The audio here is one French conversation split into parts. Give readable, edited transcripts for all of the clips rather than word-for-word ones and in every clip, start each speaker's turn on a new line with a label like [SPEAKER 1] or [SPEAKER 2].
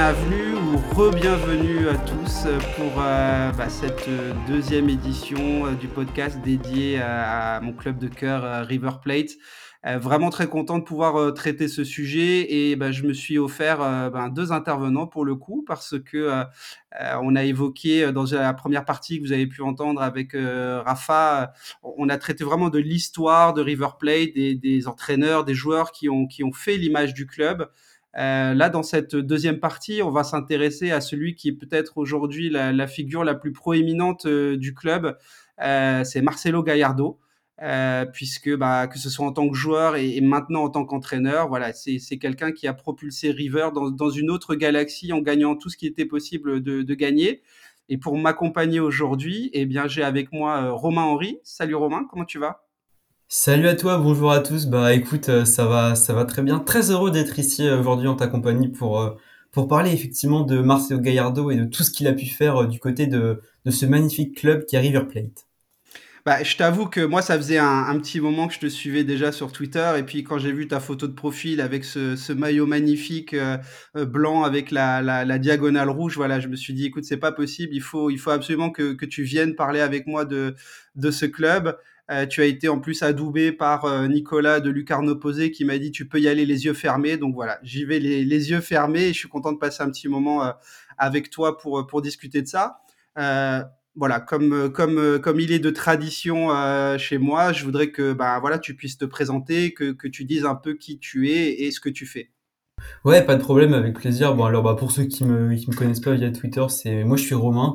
[SPEAKER 1] bienvenue ou re-bienvenue à tous pour cette deuxième édition du podcast dédié à mon club de cœur River Plate. Vraiment très content de pouvoir traiter ce sujet et je me suis offert deux intervenants pour le coup parce que on a évoqué dans la première partie que vous avez pu entendre avec Rafa, on a traité vraiment de l'histoire de River Plate, des entraîneurs, des joueurs qui ont fait l'image du club. Là, dans cette deuxième partie, on va s'intéresser à celui qui est peut-être aujourd'hui la figure la plus proéminente du club. C'est Marcelo Gallardo, puisque que ce soit en tant que joueur et maintenant en tant qu'entraîneur, voilà, c'est quelqu'un qui a propulsé River dans une autre galaxie en gagnant tout ce qui était possible de gagner. Et pour m'accompagner aujourd'hui, eh bien, j'ai avec moi Romain Henry. Salut Romain, comment tu vas?
[SPEAKER 2] Salut à toi, bonjour à tous. Bah écoute, ça va très bien. Très heureux d'être ici aujourd'hui en ta compagnie pour parler effectivement de Marcelo Gallardo et de tout ce qu'il a pu faire du côté de ce magnifique club qui est River Plate.
[SPEAKER 1] Je t'avoue que moi, ça faisait un petit moment que je te suivais déjà sur Twitter. Et puis, quand j'ai vu ta photo de profil avec ce maillot magnifique blanc avec la diagonale rouge, voilà, je me suis dit, écoute, c'est pas possible. Il faut absolument que tu viennes parler avec moi de ce club. Tu as été en plus adoubé par Nicolas de Lucarno Posé qui m'a dit, tu peux y aller les yeux fermés. Donc voilà, j'y vais les yeux fermés et je suis content de passer un petit moment avec toi pour discuter de ça. Euh, voilà, comme il est de tradition chez moi, je voudrais que voilà, tu puisses te présenter, que tu dises un peu qui tu es et ce que tu fais.
[SPEAKER 2] Ouais, pas de problème, avec plaisir. Bon alors bah pour ceux qui me connaissent pas via Twitter, c'est moi je suis Romain.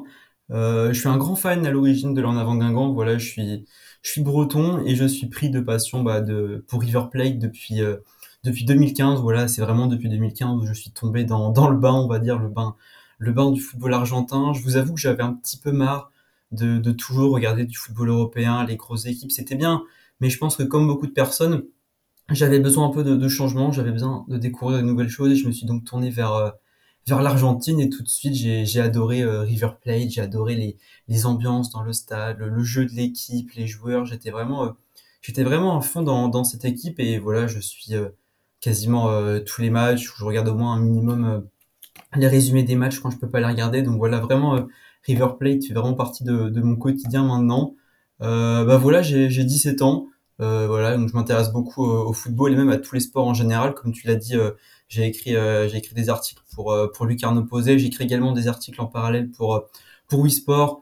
[SPEAKER 2] Je suis un grand fan à l'origine de l'En Avant Guingamp. Voilà, je suis breton et je suis pris de passion pour River Plate depuis 2015. Voilà, c'est vraiment depuis 2015 où je suis tombé dans le bain, on va dire le bain du football argentin. Je vous avoue que j'avais un petit peu marre de toujours regarder du football européen, les grosses équipes, c'était bien, mais je pense que comme beaucoup de personnes, j'avais besoin un peu de changement, j'avais besoin de découvrir de nouvelles choses et je me suis donc tourné vers l'Argentine et tout de suite j'ai adoré River Plate, j'ai adoré les ambiances dans le stade, le jeu de l'équipe, les joueurs, j'étais vraiment à fond dans cette équipe et voilà, je suis quasiment tous les matchs, je regarde au moins un minimum les résumés des matchs quand je peux pas les regarder. Donc voilà, vraiment River Plate fait vraiment partie de mon quotidien maintenant. Bah voilà, j'ai 17 ans. Voilà, donc je m'intéresse beaucoup au football et même à tous les sports en général. Comme tu l'as dit, j'ai écrit des articles pour Lucarno Posé. J'écris également des articles en parallèle pour Wii Sport,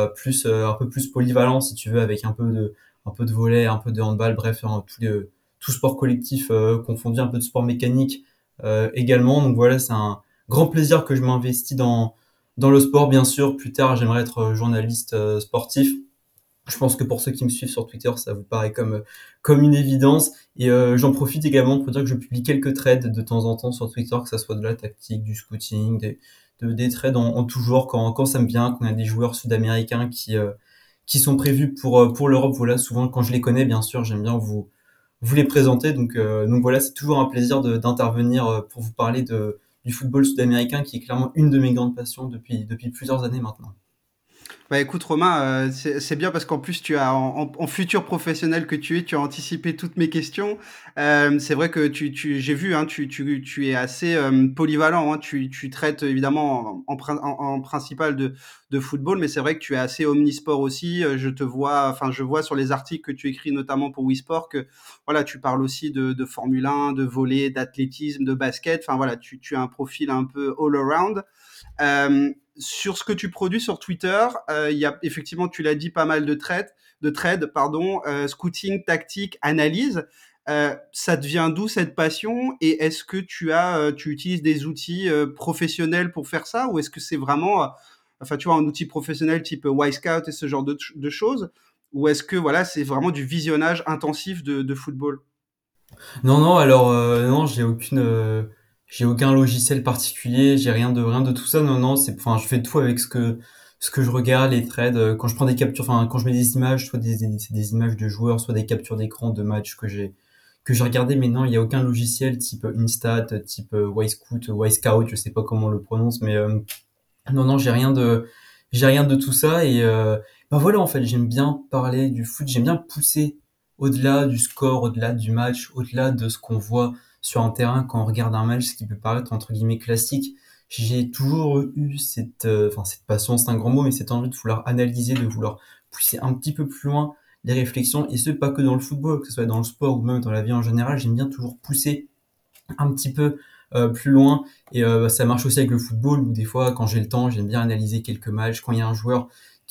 [SPEAKER 2] un peu plus polyvalent si tu veux, avec un peu de volley, un peu de handball, bref, hein, tout sport collectif confondu, un peu de sport mécanique également. Donc voilà, c'est un grand plaisir que je m'investis dans le sport, bien sûr. Plus tard, j'aimerais être journaliste sportif. Je pense que pour ceux qui me suivent sur Twitter, ça vous paraît comme une évidence. Et j'en profite également pour dire que je publie quelques trades de temps en temps sur Twitter, que ça soit de la tactique, du scouting, des trades en tout genre quand ça me vient, quand il y a des joueurs sud-américains qui sont prévus pour l'Europe. Voilà, souvent quand je les connais, bien sûr, j'aime bien vous les présenter. Donc voilà, c'est toujours un plaisir d'intervenir pour vous parler du football sud-américain qui est clairement une de mes grandes passions depuis plusieurs années maintenant.
[SPEAKER 1] Bah écoute Romain, c'est bien parce qu'en plus tu as en futur professionnel que tu es, tu as anticipé toutes mes questions. C'est vrai que j'ai vu, hein, tu es assez polyvalent, hein, tu traites évidemment en principal de football, mais c'est vrai que tu es assez omnisport aussi. Je vois sur les articles que tu écris notamment pour Wisport que voilà, tu parles aussi de Formule 1, de volley, d'athlétisme, de basket. Enfin voilà, tu as un profil un peu all around. Sur ce que tu produis sur Twitter, il y a effectivement, tu l'as dit, pas mal de trades, pardon, scouting, tactique, analyse. Ça te vient d'où cette passion et est-ce que tu utilises des outils professionnels pour faire ça ou est-ce que c'est vraiment, enfin tu vois, un outil professionnel type Wisecout et ce genre de choses ou est-ce que voilà, c'est vraiment du visionnage intensif de football?
[SPEAKER 2] Non, non, alors non, j'ai aucun logiciel particulier, j'ai rien de tout ça. Non, non, enfin, je fais tout avec ce que je regarde, les threads. Quand je prends des captures, enfin, quand je mets des images, soit c'est des images de joueurs, soit des captures d'écran de matchs que j'ai regardé. Mais non, il y a aucun logiciel type Instat, type Wisecout, je sais pas comment on le prononce, mais non, non, j'ai rien de tout ça et bah voilà, en fait, j'aime bien parler du foot, j'aime bien pousser au-delà du score, au-delà du match, au-delà de ce qu'on voit sur un terrain quand on regarde un match, ce qui peut paraître entre guillemets classique. j'ai toujours eu cette passion, c'est un grand mot, mais cette envie de vouloir analyser, de vouloir pousser un petit peu plus loin les réflexions, et ce, pas que dans le football, que ce soit dans le sport ou même dans la vie en général. J'aime bien toujours pousser un petit peu plus loin. Et ça marche aussi avec le football, où des fois, quand j'ai le temps, j'aime bien analyser quelques matchs. Quand il y a un joueur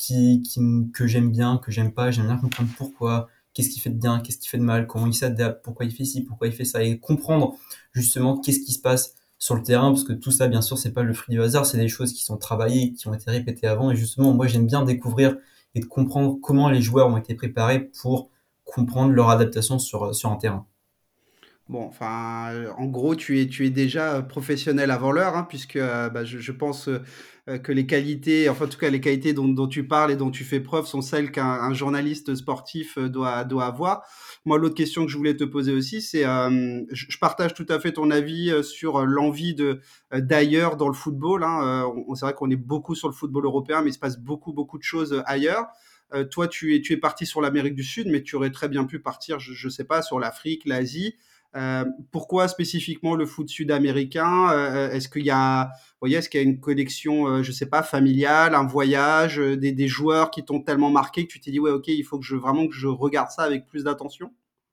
[SPEAKER 2] que j'aime bien, que j'aime pas, j'aime bien comprendre pourquoi, qu'est-ce qu'il fait de bien, qu'est-ce qu'il fait de mal, comment il s'adapte, pourquoi il fait ci, pourquoi il fait ça, et comprendre justement qu'est-ce qui se passe sur le terrain, parce que tout ça, bien sûr, c'est pas le fruit du hasard, c'est des choses qui sont travaillées, qui ont été répétées avant. Et justement, moi, j'aime bien découvrir et de comprendre comment les joueurs ont été préparés pour comprendre leur adaptation sur un terrain.
[SPEAKER 1] Bon, enfin, en gros, tu es déjà, professionnel avant l'heure, hein, puisque, bah, je pense, que les qualités, enfin, en tout cas, les qualités dont tu parles et dont tu fais preuve sont celles qu'un journaliste sportif, doit avoir. Moi, l'autre question que je voulais te poser aussi, c'est, je partage tout à fait ton avis, sur, l'envie d'ailleurs dans le football, hein, on c'est vrai qu'on est beaucoup sur le football européen, mais il se passe beaucoup, beaucoup de choses, ailleurs. Toi, tu es parti sur l'Amérique du Sud, mais tu aurais très bien pu partir, je sais pas, sur l'Afrique, l'Asie. Pourquoi spécifiquement le foot sud-américain? Est-ce qu'il y a, vous voyez, est-ce qu'il y a une connexion, je sais pas, familiale, un voyage, des joueurs qui t'ont tellement marqué que tu t'es dit: «Ouais, OK, il faut que je regarde ça avec plus d'attention»?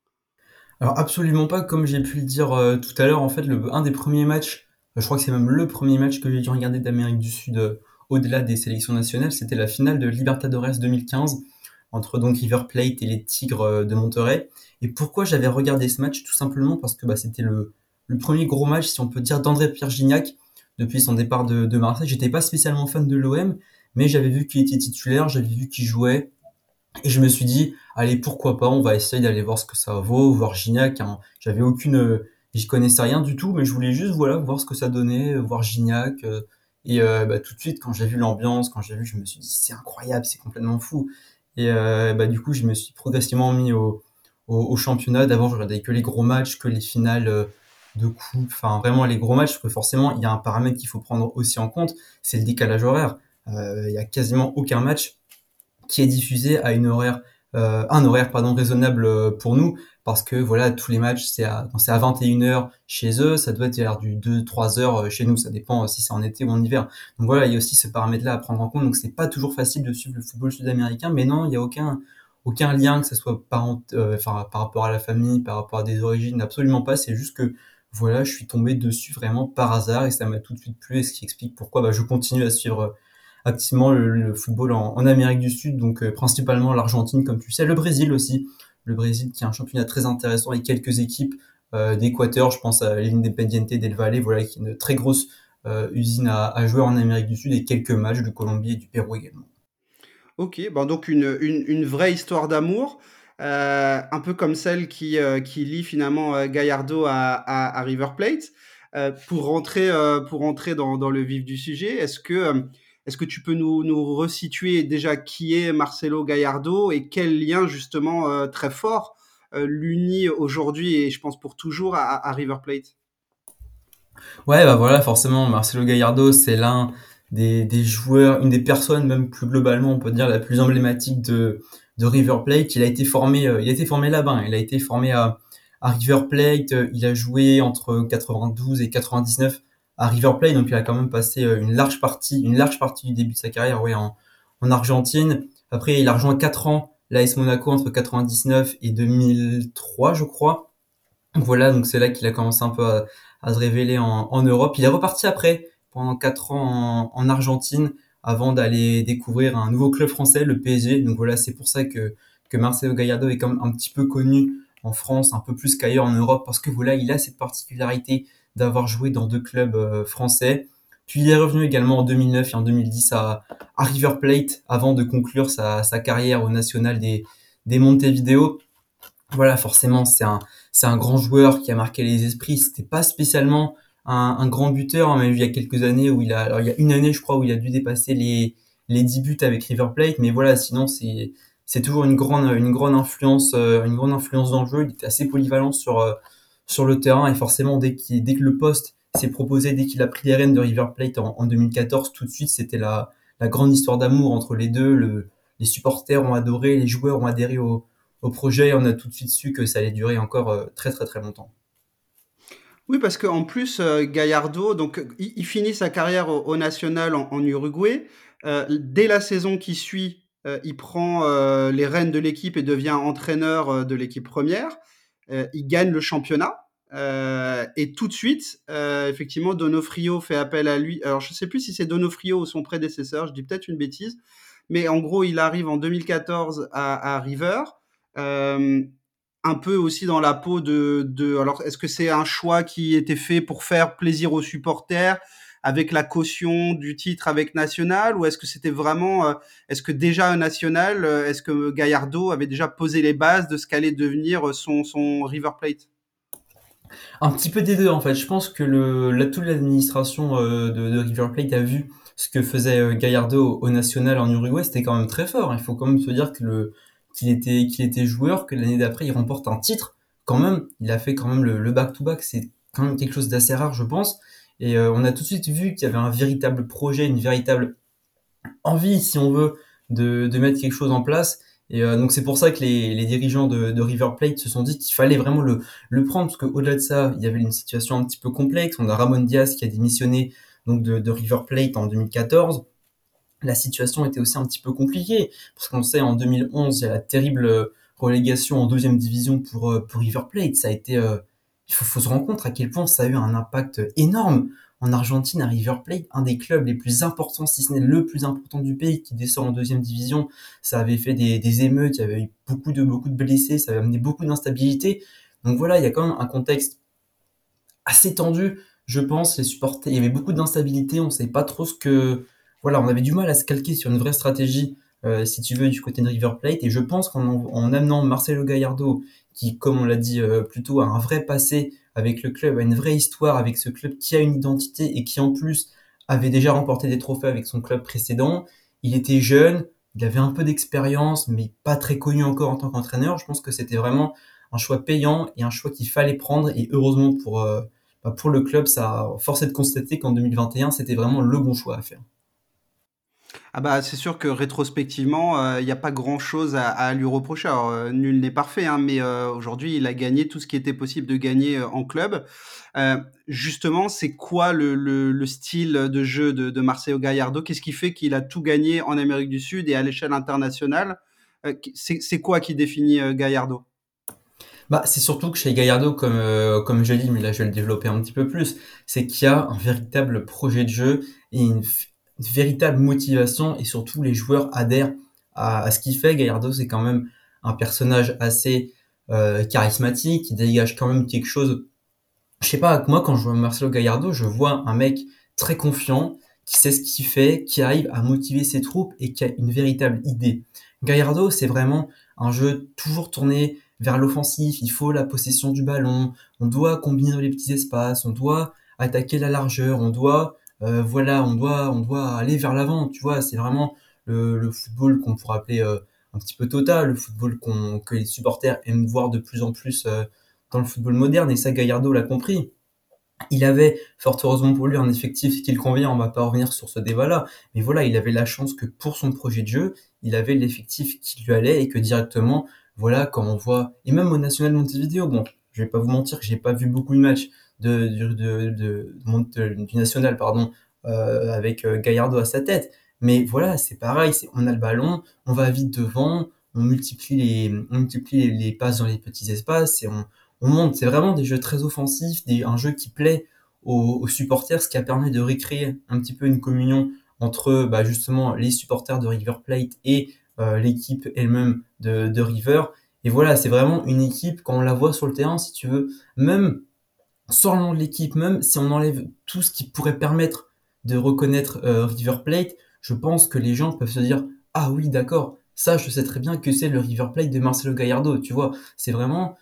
[SPEAKER 2] Alors absolument pas, comme j'ai pu le dire tout à l'heure, en fait, un des premiers matchs, je crois que c'est même le premier match que j'ai dû regarder d'Amérique du Sud au-delà des sélections nationales, c'était la finale de Libertadores 2015 entre donc River Plate et les Tigres de Monterrey. Et pourquoi j'avais regardé ce match? Tout simplement parce que c'était le premier gros match, si on peut dire, d'André Pierre Gignac depuis son départ de Marseille. J'étais pas spécialement fan de l'OM, mais j'avais vu qu'il était titulaire, j'avais vu qu'il jouait, et je me suis dit, allez, pourquoi pas, on va essayer d'aller voir ce que ça vaut, voir Gignac, hein. J'y connaissais rien du tout, mais je voulais juste, voilà, voir ce que ça donnait, voir Gignac. Tout de suite, quand j'ai vu l'ambiance, je me suis dit, c'est incroyable, c'est complètement fou. Et du coup, je me suis progressivement mis au championnat. D'abord, je regardais que les gros matchs, que les finales de coupe, enfin vraiment les gros matchs, parce que forcément, il y a un paramètre qu'il faut prendre aussi en compte, c'est le décalage horaire. Il y a quasiment aucun match qui est diffusé à un horaire raisonnable pour nous, parce que voilà, tous les matchs c'est à 21h chez eux, ça doit être vers du 2-3 heures chez nous, ça dépend si c'est en été ou en hiver. Donc voilà, il y a aussi ce paramètre là à prendre en compte. Donc c'est pas toujours facile de suivre le football sud-américain, mais non, il y a aucun lien, que ce soit par rapport à la famille, par rapport à des origines, absolument pas. C'est juste que voilà, je suis tombé dessus vraiment par hasard et ça m'a tout de suite plu, et ce qui explique pourquoi je continue à suivre activement le football en Amérique du Sud, donc principalement l'Argentine, comme tu sais, le Brésil aussi. Le Brésil qui est un championnat très intéressant et quelques équipes d'Équateur, je pense à l'Independiente del Valle, voilà, qui est une très grosse usine à jouer en Amérique du Sud, et quelques matchs de Colombie et du Pérou également.
[SPEAKER 1] OK, ben, donc une vraie histoire d'amour, un peu comme celle qui lie finalement, Gallardo à River Plate. Pour rentrer dans le vif du sujet, est-ce que tu peux nous resituer déjà qui est Marcelo Gallardo et quel lien justement, très fort, l'unit aujourd'hui et je pense pour toujours à River Plate?
[SPEAKER 2] Ouais, voilà, forcément, Marcelo Gallardo, c'est l'un des joueurs, une des personnes, même plus globalement, on peut dire, la plus emblématique de River Plate. Il a été formé là-bas, hein. Il a été formé à River Plate. Il a joué entre 92 et 99 à River Plate, donc il a quand même passé une large partie du début de sa carrière, ouais, en Argentine. Après, il a rejoint 4 ans l'AS Monaco entre 99 et 2003, je crois. Donc voilà, donc c'est là qu'il a commencé un peu à se révéler en Europe. Il est reparti après pendant 4 ans en Argentine avant d'aller découvrir un nouveau club français, le PSG. Donc voilà, c'est pour ça que Marcelo Gallardo est comme un petit peu connu en France, un peu plus qu'ailleurs en Europe, parce que voilà, il a cette particularité d'avoir joué dans deux clubs français. Puis il est revenu également en 2009 et en 2010 à River Plate avant de conclure sa carrière au national des Montevideo. Voilà, forcément, c'est un grand joueur qui a marqué les esprits. C'était pas spécialement un grand buteur, hein, mais il y a quelques années alors il y a une année, je crois, où il a dû dépasser les 10 buts avec River Plate. Mais voilà, sinon, c'est toujours une grande influence dans le jeu. Il était assez polyvalent sur le terrain, et forcément, dès que le poste s'est proposé, dès qu'il a pris les rênes de River Plate en 2014, tout de suite, c'était la grande histoire d'amour entre les deux. Les supporters ont adoré, les joueurs ont adhéré au projet, et on a tout de suite su que ça allait durer encore très très très longtemps.
[SPEAKER 1] Oui, parce qu'en plus, Gallardo, donc il finit sa carrière au national en Uruguay. Dès la saison qui suit, il prend les rênes de l'équipe et devient entraîneur de l'équipe première. Il gagne le championnat. Et tout de suite, effectivement, Donofrio fait appel à lui. Alors, je ne sais plus si c'est Donofrio ou son prédécesseur, je dis peut-être une bêtise, mais en gros, il arrive en 2014 à River. Euh, un peu aussi dans la peau alors, est-ce que c'est un choix qui était fait pour faire plaisir aux supporters avec la caution du titre avec National, ou est-ce que c'était vraiment, est-ce que déjà à National, est-ce que Gallardo avait déjà posé les bases de ce qu'allait devenir son River Plate?
[SPEAKER 2] Un petit peu des deux en fait. Je pense que toute l'administration de River Plate a vu ce que faisait Gallardo au National en Uruguay. C'était quand même très fort. Il faut quand même se dire qu'il était joueur, que l'année d'après il remporte un titre. Quand même, il a fait quand même le back-to-back. C'est quand même quelque chose d'assez rare, je pense. Et on a tout de suite vu qu'il y avait un véritable projet, une véritable envie, si on veut, de mettre quelque chose en place. Et donc c'est pour ça que les dirigeants de River Plate se sont dit qu'il fallait vraiment le prendre, parce qu'au-delà de ça, il y avait une situation un petit peu complexe. On a Ramon Diaz qui a démissionné donc de River Plate en 2014. La situation était aussi un petit peu compliquée, parce qu'on sait, en 2011, il y a la terrible relégation en deuxième division pour River Plate. Ça a été, faut se rendre compte à quel point ça a eu un impact énorme. En Argentine, à River Plate, un des clubs les plus importants, si ce n'est le plus important du pays, qui descend en deuxième division, ça avait fait des émeutes, il y avait eu beaucoup de blessés, ça avait amené beaucoup d'instabilité. Donc voilà, il y a quand même un contexte assez tendu, je pense. Les supporters, il y avait beaucoup d'instabilité, on ne savait pas trop ce que, voilà, on avait du mal à se calquer sur une vraie stratégie, si tu veux, du côté de River Plate. Et je pense en amenant Marcelo Gallardo, qui, comme on l'a dit plus tôt, a un vrai passé avec le club, a une vraie histoire avec ce club, qui a une identité et qui en plus avait déjà remporté des trophées avec son club précédent. Il était jeune, il avait un peu d'expérience, mais pas très connu encore en tant qu'entraîneur. Je pense que c'était vraiment un choix payant et un choix qu'il fallait prendre. Et heureusement pour le club, ça a forcé de constater qu'en 2021, c'était vraiment le bon choix à faire.
[SPEAKER 1] Ah bah, c'est sûr que rétrospectivement, il y a pas grand-chose à lui reprocher. Alors, nul n'est parfait, hein, mais aujourd'hui, il a gagné tout ce qui était possible de gagner, en club. Justement, c'est quoi le style de jeu de Marcelo Gallardo? Qu'est-ce qui fait qu'il a tout gagné en Amérique du Sud et à l'échelle internationale? C'est quoi qui définit, Gallardo?
[SPEAKER 2] Bah, c'est surtout que chez Gallardo, comme je dis, mais là je vais le développer un petit peu plus, c'est qu'il y a un véritable projet de jeu et une véritable motivation, et surtout les joueurs adhèrent à ce qu'il fait. Gallardo, c'est quand même un personnage assez charismatique, qui dégage quand même quelque chose. Je sais pas, moi quand je vois Marcelo Gallardo, je vois un mec très confiant, qui sait ce qu'il fait, qui arrive à motiver ses troupes et qui a une véritable idée. Gallardo, c'est vraiment un jeu toujours tourné vers l'offensif. Il faut la possession du ballon, on doit combiner les petits espaces, on doit attaquer la largeur, on doit aller vers l'avant. Tu vois, c'est vraiment le football qu'on pourrait appeler un petit peu total, le football que les supporters aiment voir de plus en plus dans le football moderne. Et ça, Gallardo l'a compris. Il avait, fort heureusement pour lui, un effectif qui le convient. On va pas revenir sur ce débat-là, mais voilà, il avait la chance que pour son projet de jeu, il avait l'effectif qui lui allait, et que directement, voilà, quand on voit, et même au National Montevideo, bon, je vais pas vous mentir que j'ai pas vu beaucoup de matchs du National, pardon, avec Gallardo à sa tête, mais voilà, c'est pareil, on a le ballon, on va vite devant, on multiplie les passes dans les petits espaces, et on monte. C'est vraiment des jeux très offensifs, un jeu qui plaît aux supporters, ce qui a permis de recréer un petit peu une communion entre bah, justement les supporters de River Plate et l'équipe elle-même de River. Et voilà, c'est vraiment une équipe, quand on la voit sur le terrain, si tu veux, même sans le nom de l'équipe, même si on enlève tout ce qui pourrait permettre de reconnaître River Plate, je pense que les gens peuvent se dire, ah oui, d'accord, ça, je sais très bien que c'est le River Plate de Marcelo Gallardo, tu vois. C'est vraiment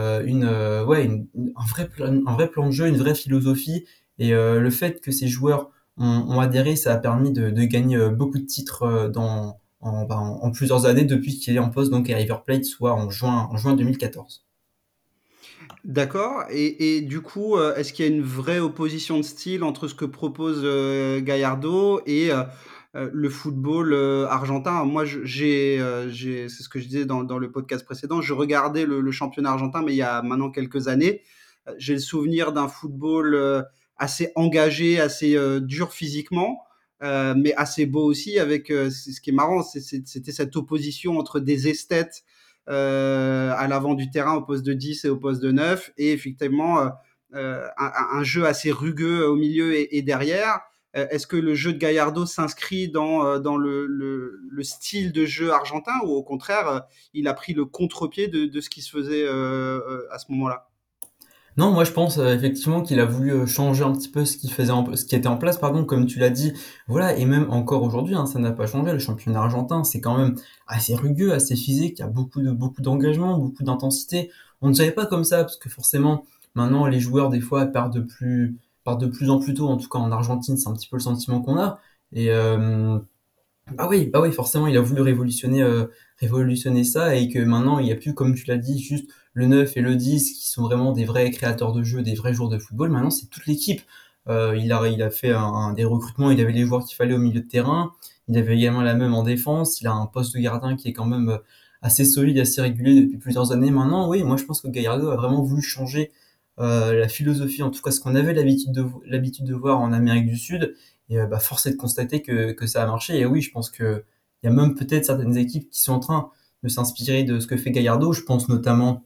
[SPEAKER 2] un vrai plan de jeu, une vraie philosophie. Et le fait que ces joueurs ont adhéré, ça a permis de gagner beaucoup de titres en plusieurs années depuis qu'il est en poste donc à River Plate, soit en juin 2014.
[SPEAKER 1] D'accord. Et du coup, est-ce qu'il y a une vraie opposition de style entre ce que propose Gallardo et le football argentin? Moi, c'est ce que je disais dans le podcast précédent. Je regardais le championnat argentin, mais il y a maintenant quelques années. j'ai le souvenir d'un football assez engagé, assez dur physiquement, mais assez beau aussi. Avec ce qui est marrant, c'était cette opposition entre des esthètes à l'avant du terrain au poste de 10 et au poste de 9, et effectivement un jeu assez rugueux au milieu et derrière. Est-ce que le jeu de Gallardo s'inscrit dans le style de jeu argentin, ou au contraire, il a pris le contre-pied de ce qui se faisait à ce moment-là?
[SPEAKER 2] Non, moi je pense effectivement qu'il a voulu changer un petit peu ce qui était en place, pardon, comme tu l'as dit. Voilà, et même encore aujourd'hui, hein, ça n'a pas changé. Le championnat argentin, c'est quand même assez rugueux, assez physique. Il y a beaucoup d'engagement, beaucoup d'intensité. On ne savait pas comme ça parce que forcément, maintenant les joueurs des fois partent de plus en plus tôt. En tout cas en Argentine, c'est un petit peu le sentiment qu'on a. Et bah oui, forcément, il a voulu révolutionner ça et que maintenant, il n'y a plus, comme tu l'as dit, juste le 9 et le 10 qui sont vraiment des vrais créateurs de jeu, des vrais joueurs de football. Maintenant, c'est toute l'équipe. Il a fait des recrutements, il avait les joueurs qu'il fallait au milieu de terrain. Il avait également la même en défense. Il a un poste de gardien qui est quand même assez solide, assez régulier depuis plusieurs années maintenant. Oui, moi, je pense que Gallardo a vraiment voulu changer la philosophie, en tout cas ce qu'on avait l'habitude de voir en Amérique du Sud. Et bah, force est de constater que ça a marché. Et oui, je pense que il y a même peut-être certaines équipes qui sont en train de s'inspirer de ce que fait Gallardo. Je pense notamment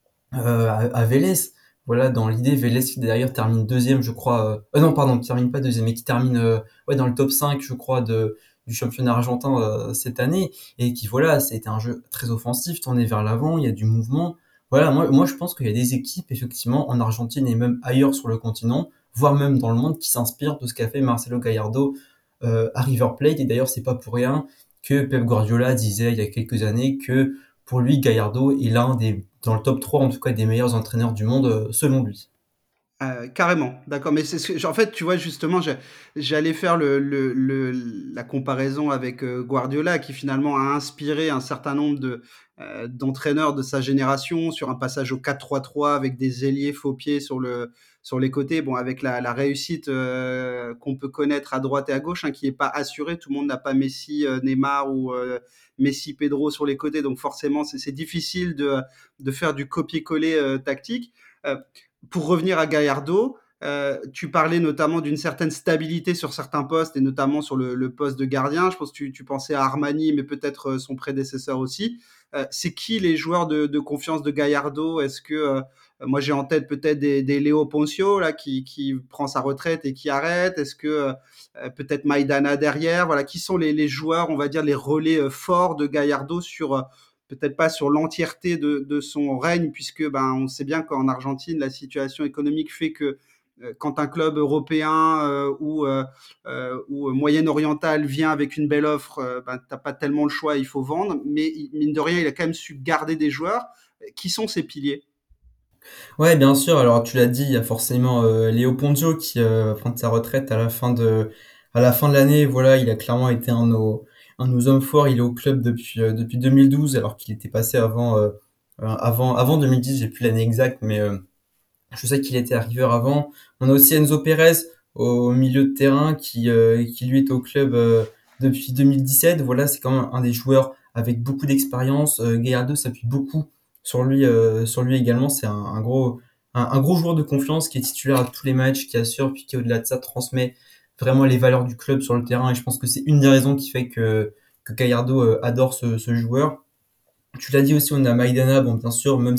[SPEAKER 2] à Vélez. Voilà, dans l'idée, Vélez qui d'ailleurs termine deuxième, je crois. Non, pardon, qui termine pas deuxième, mais qui termine ouais, dans le top 5, je crois, du championnat argentin cette année. Et qui, voilà, c'était un jeu très offensif, tourné vers l'avant, il y a du mouvement. Voilà, moi je pense qu'il y a des équipes, effectivement, en Argentine et même ailleurs sur le continent, voire même dans le monde, qui s'inspirent de ce qu'a fait Marcelo Gallardo à River Plate. Et d'ailleurs, c'est pas pour rien que Pep Guardiola disait il y a quelques années que pour lui, Gallardo est dans le top 3 en tout cas, des meilleurs entraîneurs du monde, selon lui.
[SPEAKER 1] Carrément, d'accord. Mais c'est en fait, tu vois, justement, j'allais faire la comparaison avec Guardiola, qui finalement a inspiré un certain nombre d'entraîneurs de sa génération sur un passage au 4-3-3 avec des ailiers faux pieds sur les côtés. Bon, avec la réussite qu'on peut connaître à droite et à gauche, hein, qui n'est pas assurée. Tout le monde n'a pas Messi, Neymar ou Messi, Pedro sur les côtés. Donc forcément, c'est difficile de faire du copier-coller tactique. Euh, pour revenir à Gallardo, tu parlais notamment d'une certaine stabilité sur certains postes, et notamment sur le poste de gardien. Je pense que tu pensais à Armani, mais peut-être son prédécesseur aussi. C'est qui les joueurs de confiance de Gallardo? Est-ce que moi j'ai en tête peut-être des Léo Poncio là qui prend sa retraite et qui arrête? Est-ce que peut-être Maidana derrière? Voilà, qui sont les joueurs, on va dire les relais forts de Gallardo sur peut-être pas sur l'entièreté de son règne, puisque ben, on sait bien qu'en Argentine, la situation économique fait que quand un club européen ou moyen-oriental vient avec une belle offre, ben, tu n'as pas tellement le choix, il faut vendre. Mais mine de rien, il a quand même su garder des joueurs. Qui sont ces piliers?
[SPEAKER 2] Ouais, bien sûr. Alors, tu l'as dit, il y a forcément Léo Ponzio qui va prendre sa retraite à la fin de l'année. Voilà, il a clairement été un de nos hommes forts. Il est au club depuis 2012, alors qu'il était passé avant 2010. J'ai plus l'année exacte, mais je sais qu'il était à River avant. On a aussi Enzo Pérez au milieu de terrain qui lui est au club depuis 2017. Voilà, c'est quand même un des joueurs avec beaucoup d'expérience. Gallardo s'appuie beaucoup sur lui également. C'est un gros joueur de confiance qui est titulaire à tous les matchs, qui assure, puis qui au-delà de ça transmet vraiment les valeurs du club sur le terrain. Et je pense que c'est une des raisons qui fait que Gallardo adore ce joueur. Tu l'as dit aussi, on a Maidana, bon bien sûr, même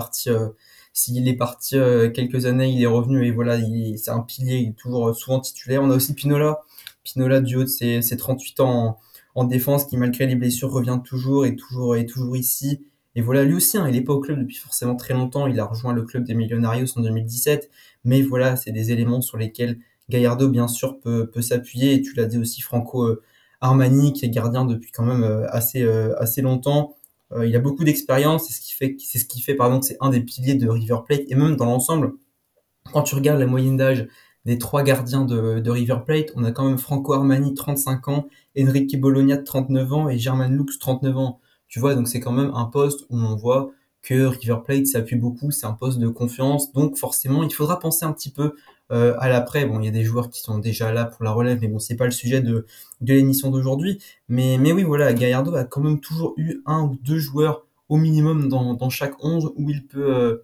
[SPEAKER 2] s'il est parti quelques années, il est revenu et voilà, c'est un pilier, il est toujours souvent titulaire. On a aussi Pinola du haut de ses 38 ans en défense, qui malgré les blessures revient toujours et toujours ici. Et voilà, lui aussi, hein, il est pas au club depuis forcément très longtemps. Il a rejoint le club des Millonarios en 2017, mais voilà, c'est des éléments sur lesquels Gallardo bien sûr peut s'appuyer. Et tu l'as dit aussi, Franco Armani, qui est gardien depuis quand même assez longtemps. Il a beaucoup d'expérience, c'est ce qui fait pardon que c'est un des piliers de River Plate et même dans l'ensemble. Quand tu regardes la moyenne d'âge des trois gardiens de River Plate, on a quand même Franco Armani 35 ans, Enrique Bologna 39 ans et German Lux 39 ans. Tu vois, donc c'est quand même un poste où on voit que River Plate s'appuie beaucoup, c'est un poste de confiance, donc forcément il faudra penser un petit peu à l'après. Bon, il y a des joueurs qui sont déjà là pour la relève, mais bon, c'est pas le sujet de l'émission d'aujourd'hui. Mais oui, voilà, Gallardo a quand même toujours eu un ou deux joueurs au minimum dans chaque 11 où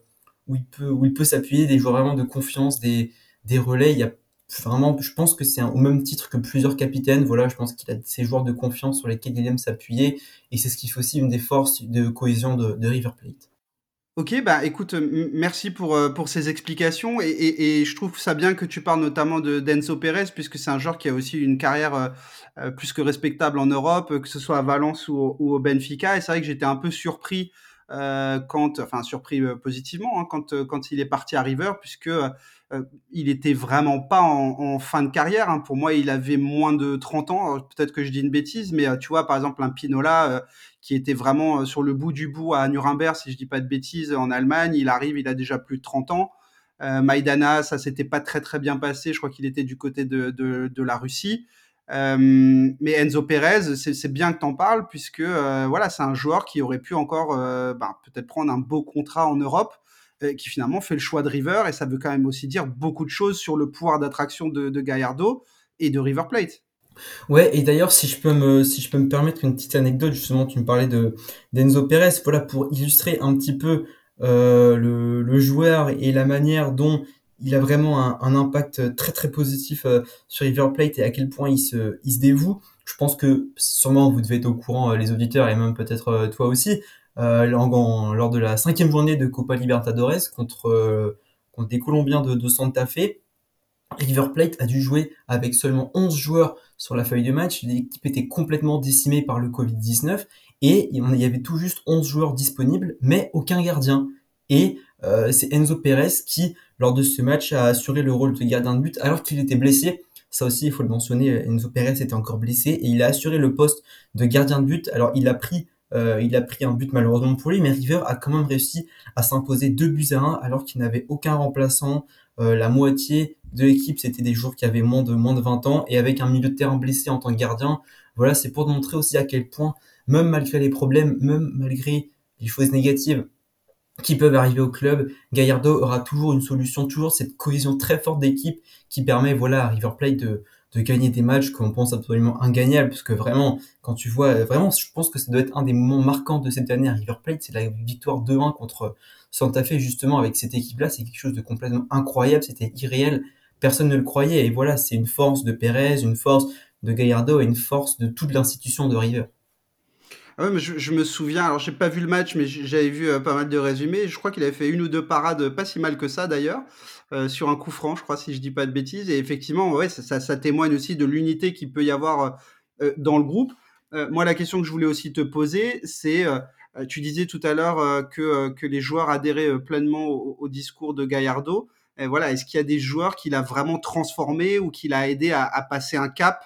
[SPEAKER 2] où il peut s'appuyer, des joueurs vraiment de confiance, des relais. Il y a vraiment, je pense que c'est au même titre que plusieurs capitaines. Voilà, je pense qu'il a ces joueurs de confiance sur lesquels il aime s'appuyer, et c'est ce qui fait aussi une des forces de cohésion de River Plate.
[SPEAKER 1] OK, bah, écoute, merci pour ces explications et je trouve ça bien que tu parles notamment d'Enzo Pérez puisque c'est un joueur qui a aussi une carrière, plus que respectable en Europe, que ce soit à Valence ou au Benfica et c'est vrai que j'étais un peu surpris, surpris, positivement, hein, quand il est parti à River puisque, il était vraiment pas en fin de carrière, hein. Pour moi, il avait moins de 30 ans, peut-être que je dis une bêtise, mais, tu vois, par exemple, un Pinola, qui était vraiment sur le bout du bout à Nuremberg, si je dis pas de bêtises, en Allemagne. Il arrive, il a déjà plus de 30 ans. Maïdana, ça s'était pas très très bien passé. Je crois qu'il était du côté de la Russie. Mais Enzo Pérez, c'est bien que tu en parles, puisque voilà, c'est un joueur qui aurait pu encore peut-être prendre un beau contrat en Europe, qui finalement fait le choix de River, et ça veut quand même aussi dire beaucoup de choses sur le pouvoir d'attraction de Gallardo et de River Plate.
[SPEAKER 2] Ouais, et d'ailleurs, si je peux me permettre une petite anecdote, justement, tu me parlais d'Enzo Pérez, voilà, pour illustrer un petit peu le joueur et la manière dont il a vraiment un impact très très positif sur River Plate et à quel point il se dévoue. Je pense que sûrement vous devez être au courant, les auditeurs, et même peut-être toi aussi, lors de la cinquième journée de Copa Libertadores contre des Colombiens de Santa Fe. River Plate a dû jouer avec seulement 11 joueurs sur la feuille de match. L'équipe était complètement décimée par le Covid-19 et il y avait tout juste 11 joueurs disponibles, mais aucun gardien. Et c'est Enzo Pérez qui, lors de ce match, a assuré le rôle de gardien de but alors qu'il était blessé. Ça aussi, il faut le mentionner, Enzo Pérez était encore blessé et il a assuré le poste de gardien de but. Alors il a pris un but malheureusement pour lui, mais River a quand même réussi à s'imposer 2 buts à 1 alors qu'il n'avait aucun remplaçant. La moitié de l'équipe, c'était des joueurs qui avaient moins de 20 ans, et avec un milieu de terrain blessé en tant que gardien, voilà, c'est pour montrer aussi à quel point, même malgré les problèmes, même malgré les choses négatives qui peuvent arriver au club, Gallardo aura toujours une solution, toujours cette cohésion très forte d'équipe qui permet, voilà, à River Plate de gagner des matchs qu'on pense absolument ingagnables, parce que vraiment, quand tu vois, vraiment, je pense que ça doit être un des moments marquants de cette année à River Plate, c'est la victoire 2-1 contre Santa Fe, justement, avec cette équipe-là. C'est quelque chose de complètement incroyable, c'était irréel, personne ne le croyait, et voilà, c'est une force de Pérez, une force de Gallardo et une force de toute l'institution de River.
[SPEAKER 1] Ah ouais, mais je me souviens, alors j'ai pas vu le match, mais j'avais vu pas mal de résumés. Je crois qu'il avait fait une ou deux parades, pas si mal que ça d'ailleurs, sur un coup franc, je crois, si je dis pas de bêtises. Et effectivement, ouais, ça témoigne aussi de l'unité qu'il peut y avoir dans le groupe. Moi, la question que je voulais aussi te poser, c'est, tu disais tout à l'heure que les joueurs adhéraient pleinement au discours de Gallardo. Et voilà, est-ce qu'il y a des joueurs qu'il a vraiment transformés ou qu'il a aidé à passer un cap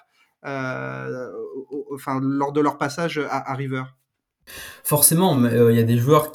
[SPEAKER 1] lors de leur passage à River.
[SPEAKER 2] Forcément, mais il y a des joueurs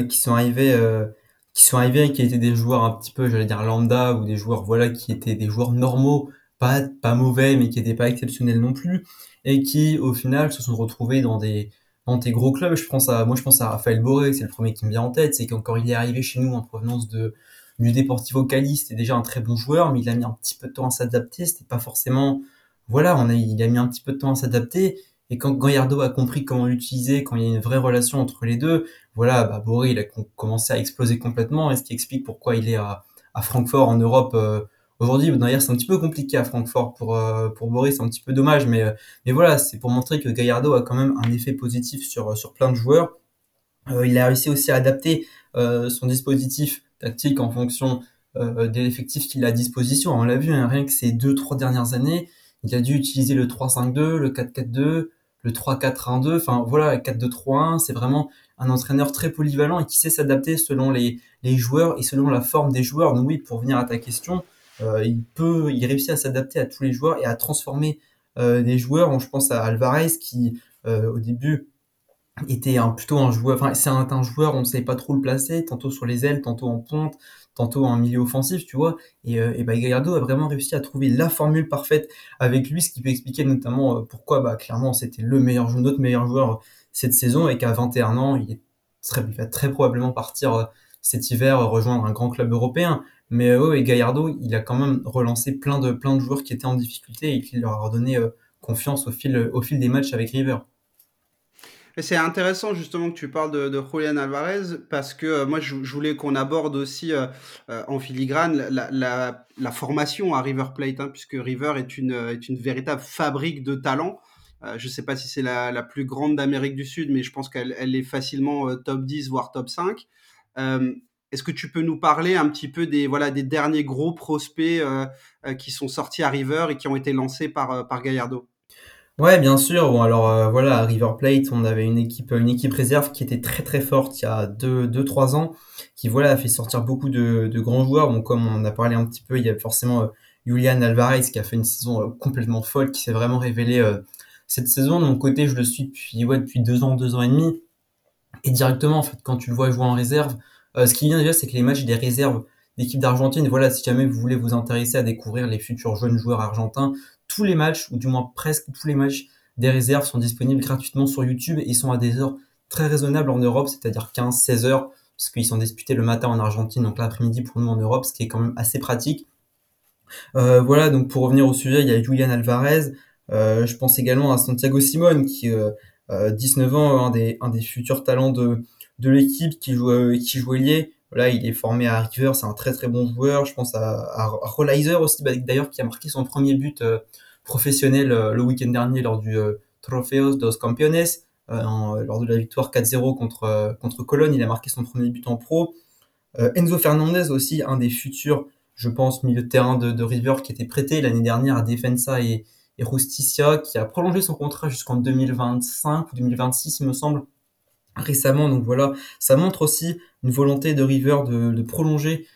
[SPEAKER 2] qui sont arrivés et qui étaient des joueurs un petit peu, j'allais dire lambda, ou des joueurs voilà qui étaient des joueurs normaux, pas mauvais, mais qui étaient pas exceptionnels non plus, et qui au final se sont retrouvés dans des gros clubs. Je pense à Raphaël Borré, c'est le premier qui me vient en tête. C'est qu'encore il est arrivé chez nous en provenance de du Deportivo Cali, c'était déjà un très bon joueur, mais il a mis un petit peu de temps à s'adapter. C'était pas forcément, voilà, il a mis un petit peu de temps à s'adapter. Et quand Gallardo a compris comment l'utiliser, quand il y a une vraie relation entre les deux, voilà, bah, Boré, il a commencé à exploser complètement, et ce qui explique pourquoi il est à Francfort en Europe aujourd'hui. D'ailleurs, c'est un petit peu compliqué à Francfort pour Boré, c'est un petit peu dommage, mais voilà, c'est pour montrer que Gallardo a quand même un effet positif sur plein de joueurs. Il a réussi aussi à adapter son dispositif tactique en fonction de l'effectif qu'il a à disposition. On l'a vu, hein, rien que ces 2, 3 dernières années, il a dû utiliser le 3-5-2, le 4-4-2, le 3-4-1-2, enfin voilà, 4-2-3-1. C'est vraiment un entraîneur très polyvalent et qui sait s'adapter selon les joueurs et selon la forme des joueurs. Donc oui, pour venir à ta question, il réussit à s'adapter à tous les joueurs et à transformer des joueurs. Je pense à Alvarez qui, au début, était plutôt un joueur, enfin c'est un joueur, on ne savait pas trop le placer, tantôt sur les ailes, tantôt en pointe, tantôt en milieu offensif, tu vois. Et bah, Gallardo a vraiment réussi à trouver la formule parfaite avec lui, ce qui peut expliquer notamment pourquoi bah, clairement c'était notre meilleur joueur cette saison, et qu'à 21 ans, il va très probablement partir cet hiver, rejoindre un grand club européen. Mais et Gallardo, il a quand même relancé plein de joueurs qui étaient en difficulté et qui leur a redonné confiance au fil des matchs avec River.
[SPEAKER 1] Et c'est intéressant justement que tu parles de Julián Alvarez parce que moi je voulais qu'on aborde aussi en filigrane la formation à River Plate, hein, puisque River est une véritable fabrique de talents. Je ne sais pas si c'est la plus grande d'Amérique du Sud, mais je pense qu'elle est facilement top 10 voire top 5. Euh, Est-ce que tu peux nous parler un petit peu des derniers gros prospects qui sont sortis à River et qui ont été lancés par Gallardo?
[SPEAKER 2] Ouais, bien sûr. Bon, alors voilà, à River Plate, on avait une équipe réserve qui était très très forte il y a 3 ans, qui voilà a fait sortir beaucoup de grands joueurs. Bon, comme on a parlé un petit peu, il y a forcément Julián Alvarez qui a fait une saison complètement folle, qui s'est vraiment révélé cette saison. De mon côté, je le suis depuis 2 ans, 2 ans et demi. Et directement, en fait, quand tu le vois jouer en réserve, ce qui est bien déjà, c'est que les matchs des réserves d'équipe d'Argentine, voilà, si jamais vous voulez vous intéresser à découvrir les futurs jeunes joueurs argentins, tous les matchs, ou du moins presque tous les matchs des réserves sont disponibles gratuitement sur YouTube et ils sont à des heures très raisonnables en Europe, c'est-à-dire 15, 16 heures, parce qu'ils sont disputés le matin en Argentine, donc l'après-midi pour nous en Europe, ce qui est quand même assez pratique. Voilà, donc pour revenir au sujet, il y a Julián Alvarez. Je pense également à Santiago Simón, qui 19 ans, un des futurs talents de l'équipe qui joue ailier. Voilà, il est formé à River, c'est un très très bon joueur. Je pense à Rolaiser aussi, bah, d'ailleurs, qui a marqué son premier but professionnel le week-end dernier lors du Trofeos dos Campeones, lors de la victoire 4-0 contre Cologne. Il a marqué son premier but en pro. Enzo Fernandez aussi, un des futurs, je pense, milieu de terrain de River qui était prêté l'année dernière à Defensa et Justicia, qui a prolongé son contrat jusqu'en 2025 ou 2026, il me semble, récemment. Donc voilà, ça montre aussi une volonté de River de prolonger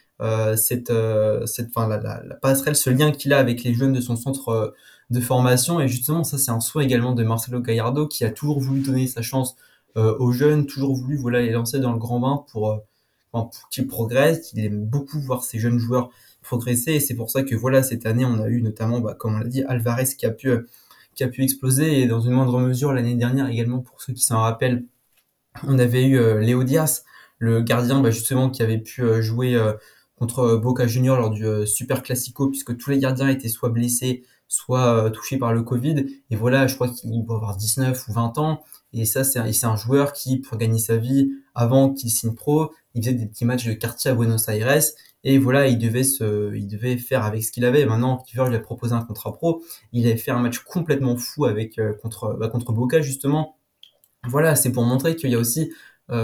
[SPEAKER 2] enfin, la passerelle, ce lien qu'il a avec les jeunes de son centre de formation. Et justement, ça, c'est un souhait également de Marcelo Gallardo, qui a toujours voulu donner sa chance aux jeunes, toujours voulu voilà, les lancer dans le grand bain pour qu'ils progressent. Il aime beaucoup voir ces jeunes joueurs progresser. Et c'est pour ça que voilà, cette année, on a eu notamment, bah, comme on l'a dit, Alvarez qui a pu exploser. Et dans une moindre mesure, l'année dernière également, pour ceux qui s'en rappellent, on avait eu Léo Diaz, le gardien bah, justement qui avait pu jouer contre Boca Junior lors du Super Classico, puisque tous les gardiens étaient soit blessés, soit touchés par le Covid. Et voilà, je crois qu'il doit avoir 19 ou 20 ans. Et ça, c'est un joueur qui, pour gagner sa vie, avant qu'il signe pro, il faisait des petits matchs de quartier à Buenos Aires. Et voilà, il devait faire avec ce qu'il avait. Maintenant, River lui a proposé un contrat pro. Il avait fait un match complètement fou avec contre Boca justement. Voilà, c'est pour montrer qu'il y a aussi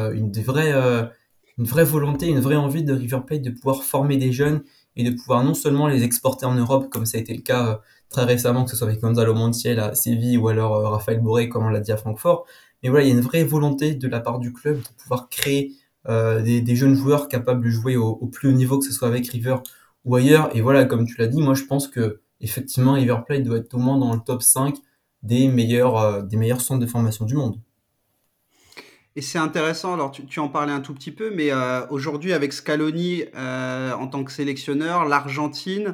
[SPEAKER 2] une vraie volonté, une vraie envie de River Plate de pouvoir former des jeunes et de pouvoir non seulement les exporter en Europe, comme ça a été le cas très récemment, que ce soit avec Gonzalo Montiel à Séville ou alors Raphaël Borré, comme on l'a dit à Francfort. Mais voilà, il y a une vraie volonté de la part du club de pouvoir créer des jeunes joueurs capables de jouer au plus haut niveau, que ce soit avec River ou ailleurs. Et voilà, comme tu l'as dit, moi je pense que effectivement River Plate doit être au moins dans le top 5 des meilleurs centres de formation du monde.
[SPEAKER 1] Et c'est intéressant, alors tu en parlais un tout petit peu, mais aujourd'hui avec Scaloni en tant que sélectionneur, l'Argentine,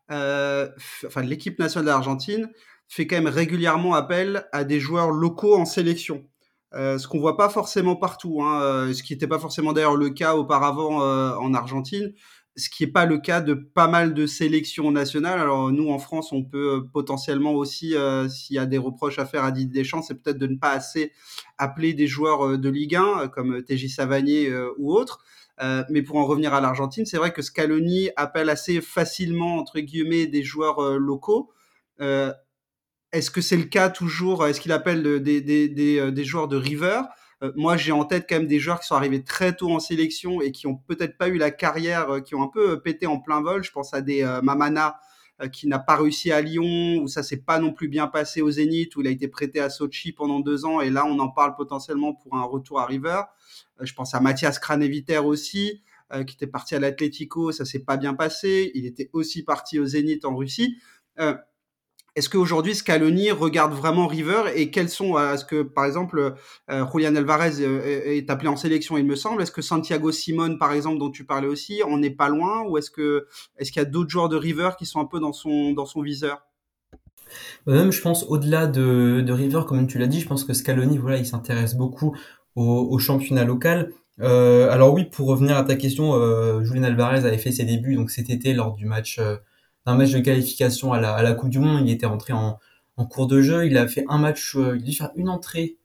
[SPEAKER 1] enfin l'équipe nationale de l'Argentine fait quand même régulièrement appel à des joueurs locaux en sélection. Ce qu'on voit pas forcément partout, hein, ce qui n'était pas forcément d'ailleurs le cas auparavant en Argentine, ce qui n'est pas le cas de pas mal de sélections nationales. Alors nous en France, on peut potentiellement aussi, s'il y a des reproches à faire à Didier Deschamps, c'est peut-être de ne pas assez appeler des joueurs de Ligue 1 comme TJ Savanier ou autres. Mais pour en revenir à l'Argentine, c'est vrai que Scaloni appelle assez facilement, entre guillemets, des joueurs locaux. Euh, Est-ce que c'est le cas toujours? Est-ce qu'il appelle des joueurs de River? Moi, j'ai en tête quand même des joueurs qui sont arrivés très tôt en sélection et qui ont peut-être pas eu la carrière, qui ont un peu pété en plein vol. Je pense à des Mamana qui n'a pas réussi à Lyon, où ça s'est pas non plus bien passé au Zénith, où il a été prêté à Sochi pendant 2 ans, et là on en parle potentiellement pour un retour à River. Je pense à Mathias Craneviter aussi, qui était parti à l'Atlético, ça s'est pas bien passé. Il était aussi parti au Zénith en Russie. Euh, Est-ce qu'aujourd'hui Scaloni regarde vraiment River et quels sont, est-ce que par exemple Julián Alvarez est appelé en sélection, il me semble. Est-ce que Santiago Simón, par exemple, dont tu parlais aussi, on n'est pas loin, ou est-ce qu'il y a d'autres joueurs de River qui sont un peu dans son viseur?
[SPEAKER 2] Même, je pense, au-delà de River, comme tu l'as dit, je pense que Scaloni, voilà, il s'intéresse beaucoup au championnat local. Alors oui, pour revenir à ta question, Julián Alvarez avait fait ses débuts donc cet été lors d'un match de qualification à la Coupe du Monde. Il était entré en cours de jeu. Il a fait un match, il a dû faire une entrée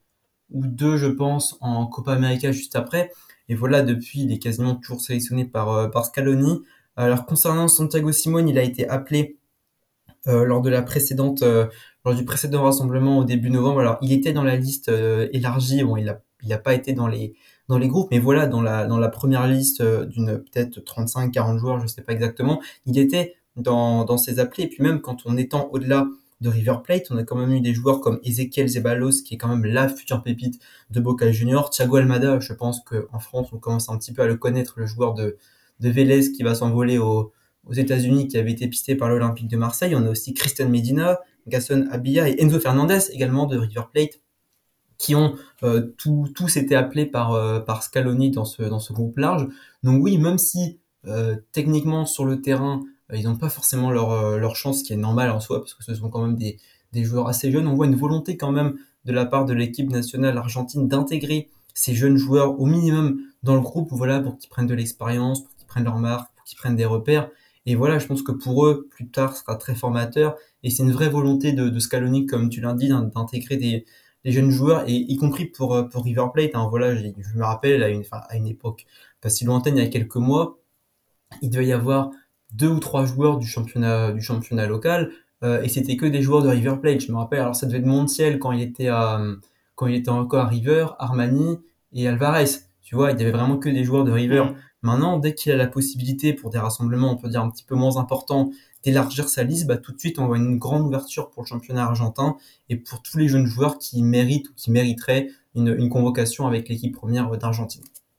[SPEAKER 2] ou deux, je pense, en Copa América juste après. Et voilà, depuis, il est quasiment toujours sélectionné par Scaloni. Alors concernant Santiago Simón, il a été appelé lors de la précédente, lors du précédent rassemblement au début novembre. Alors, il était dans la liste élargie. Bon, il a pas été dans les groupes, mais voilà, dans la première liste d'une peut-être 35-40 joueurs, je sais pas exactement. Il était dans ces appelés. Et puis même quand on étend au-delà de River Plate, on a quand même eu des joueurs comme Ezequiel Zeballos, qui est quand même la future pépite de Boca Juniors. Thiago Almada, je pense qu'en France, on commence un petit peu à le connaître, le joueur de Vélez qui va s'envoler aux États-Unis qui avait été pisté par l'Olympique de Marseille. On a aussi Christian Medina, Gasson Abilla et Enzo Fernandez également de River Plate qui ont tous été appelés par Scaloni dans ce groupe large. Donc oui, même si techniquement sur le terrain, ils n'ont pas forcément leur chance, ce qui est normal en soi, parce que ce sont quand même des joueurs assez jeunes, on voit une volonté quand même de la part de l'équipe nationale argentine d'intégrer ces jeunes joueurs au minimum dans le groupe, voilà, pour qu'ils prennent de l'expérience, pour qu'ils prennent leur marque, pour qu'ils prennent des repères. Et voilà, je pense que pour eux, plus tard, ce sera très formateur. Et c'est une vraie volonté de Scaloni, comme tu l'as dit, d'intégrer des jeunes joueurs, et y compris pour River Plate. Hein, voilà, je me rappelle à une époque pas si lointaine, il y a quelques mois, il devait y avoir deux ou trois joueurs du championnat local, et c'était que des joueurs de River Plate. Je me rappelle, alors ça devait être Montiel quand il était encore à River, Armani et Alvarez. Tu vois, il y avait vraiment que des joueurs de River.
[SPEAKER 1] Mmh.
[SPEAKER 2] Maintenant, dès qu'il a la possibilité pour des rassemblements, on peut dire un petit peu moins importants, d'élargir sa liste, bah, tout de suite, on voit une grande ouverture pour le championnat argentin et pour tous les jeunes joueurs qui méritent ou qui mériteraient une convocation avec l'équipe première d'Argentine.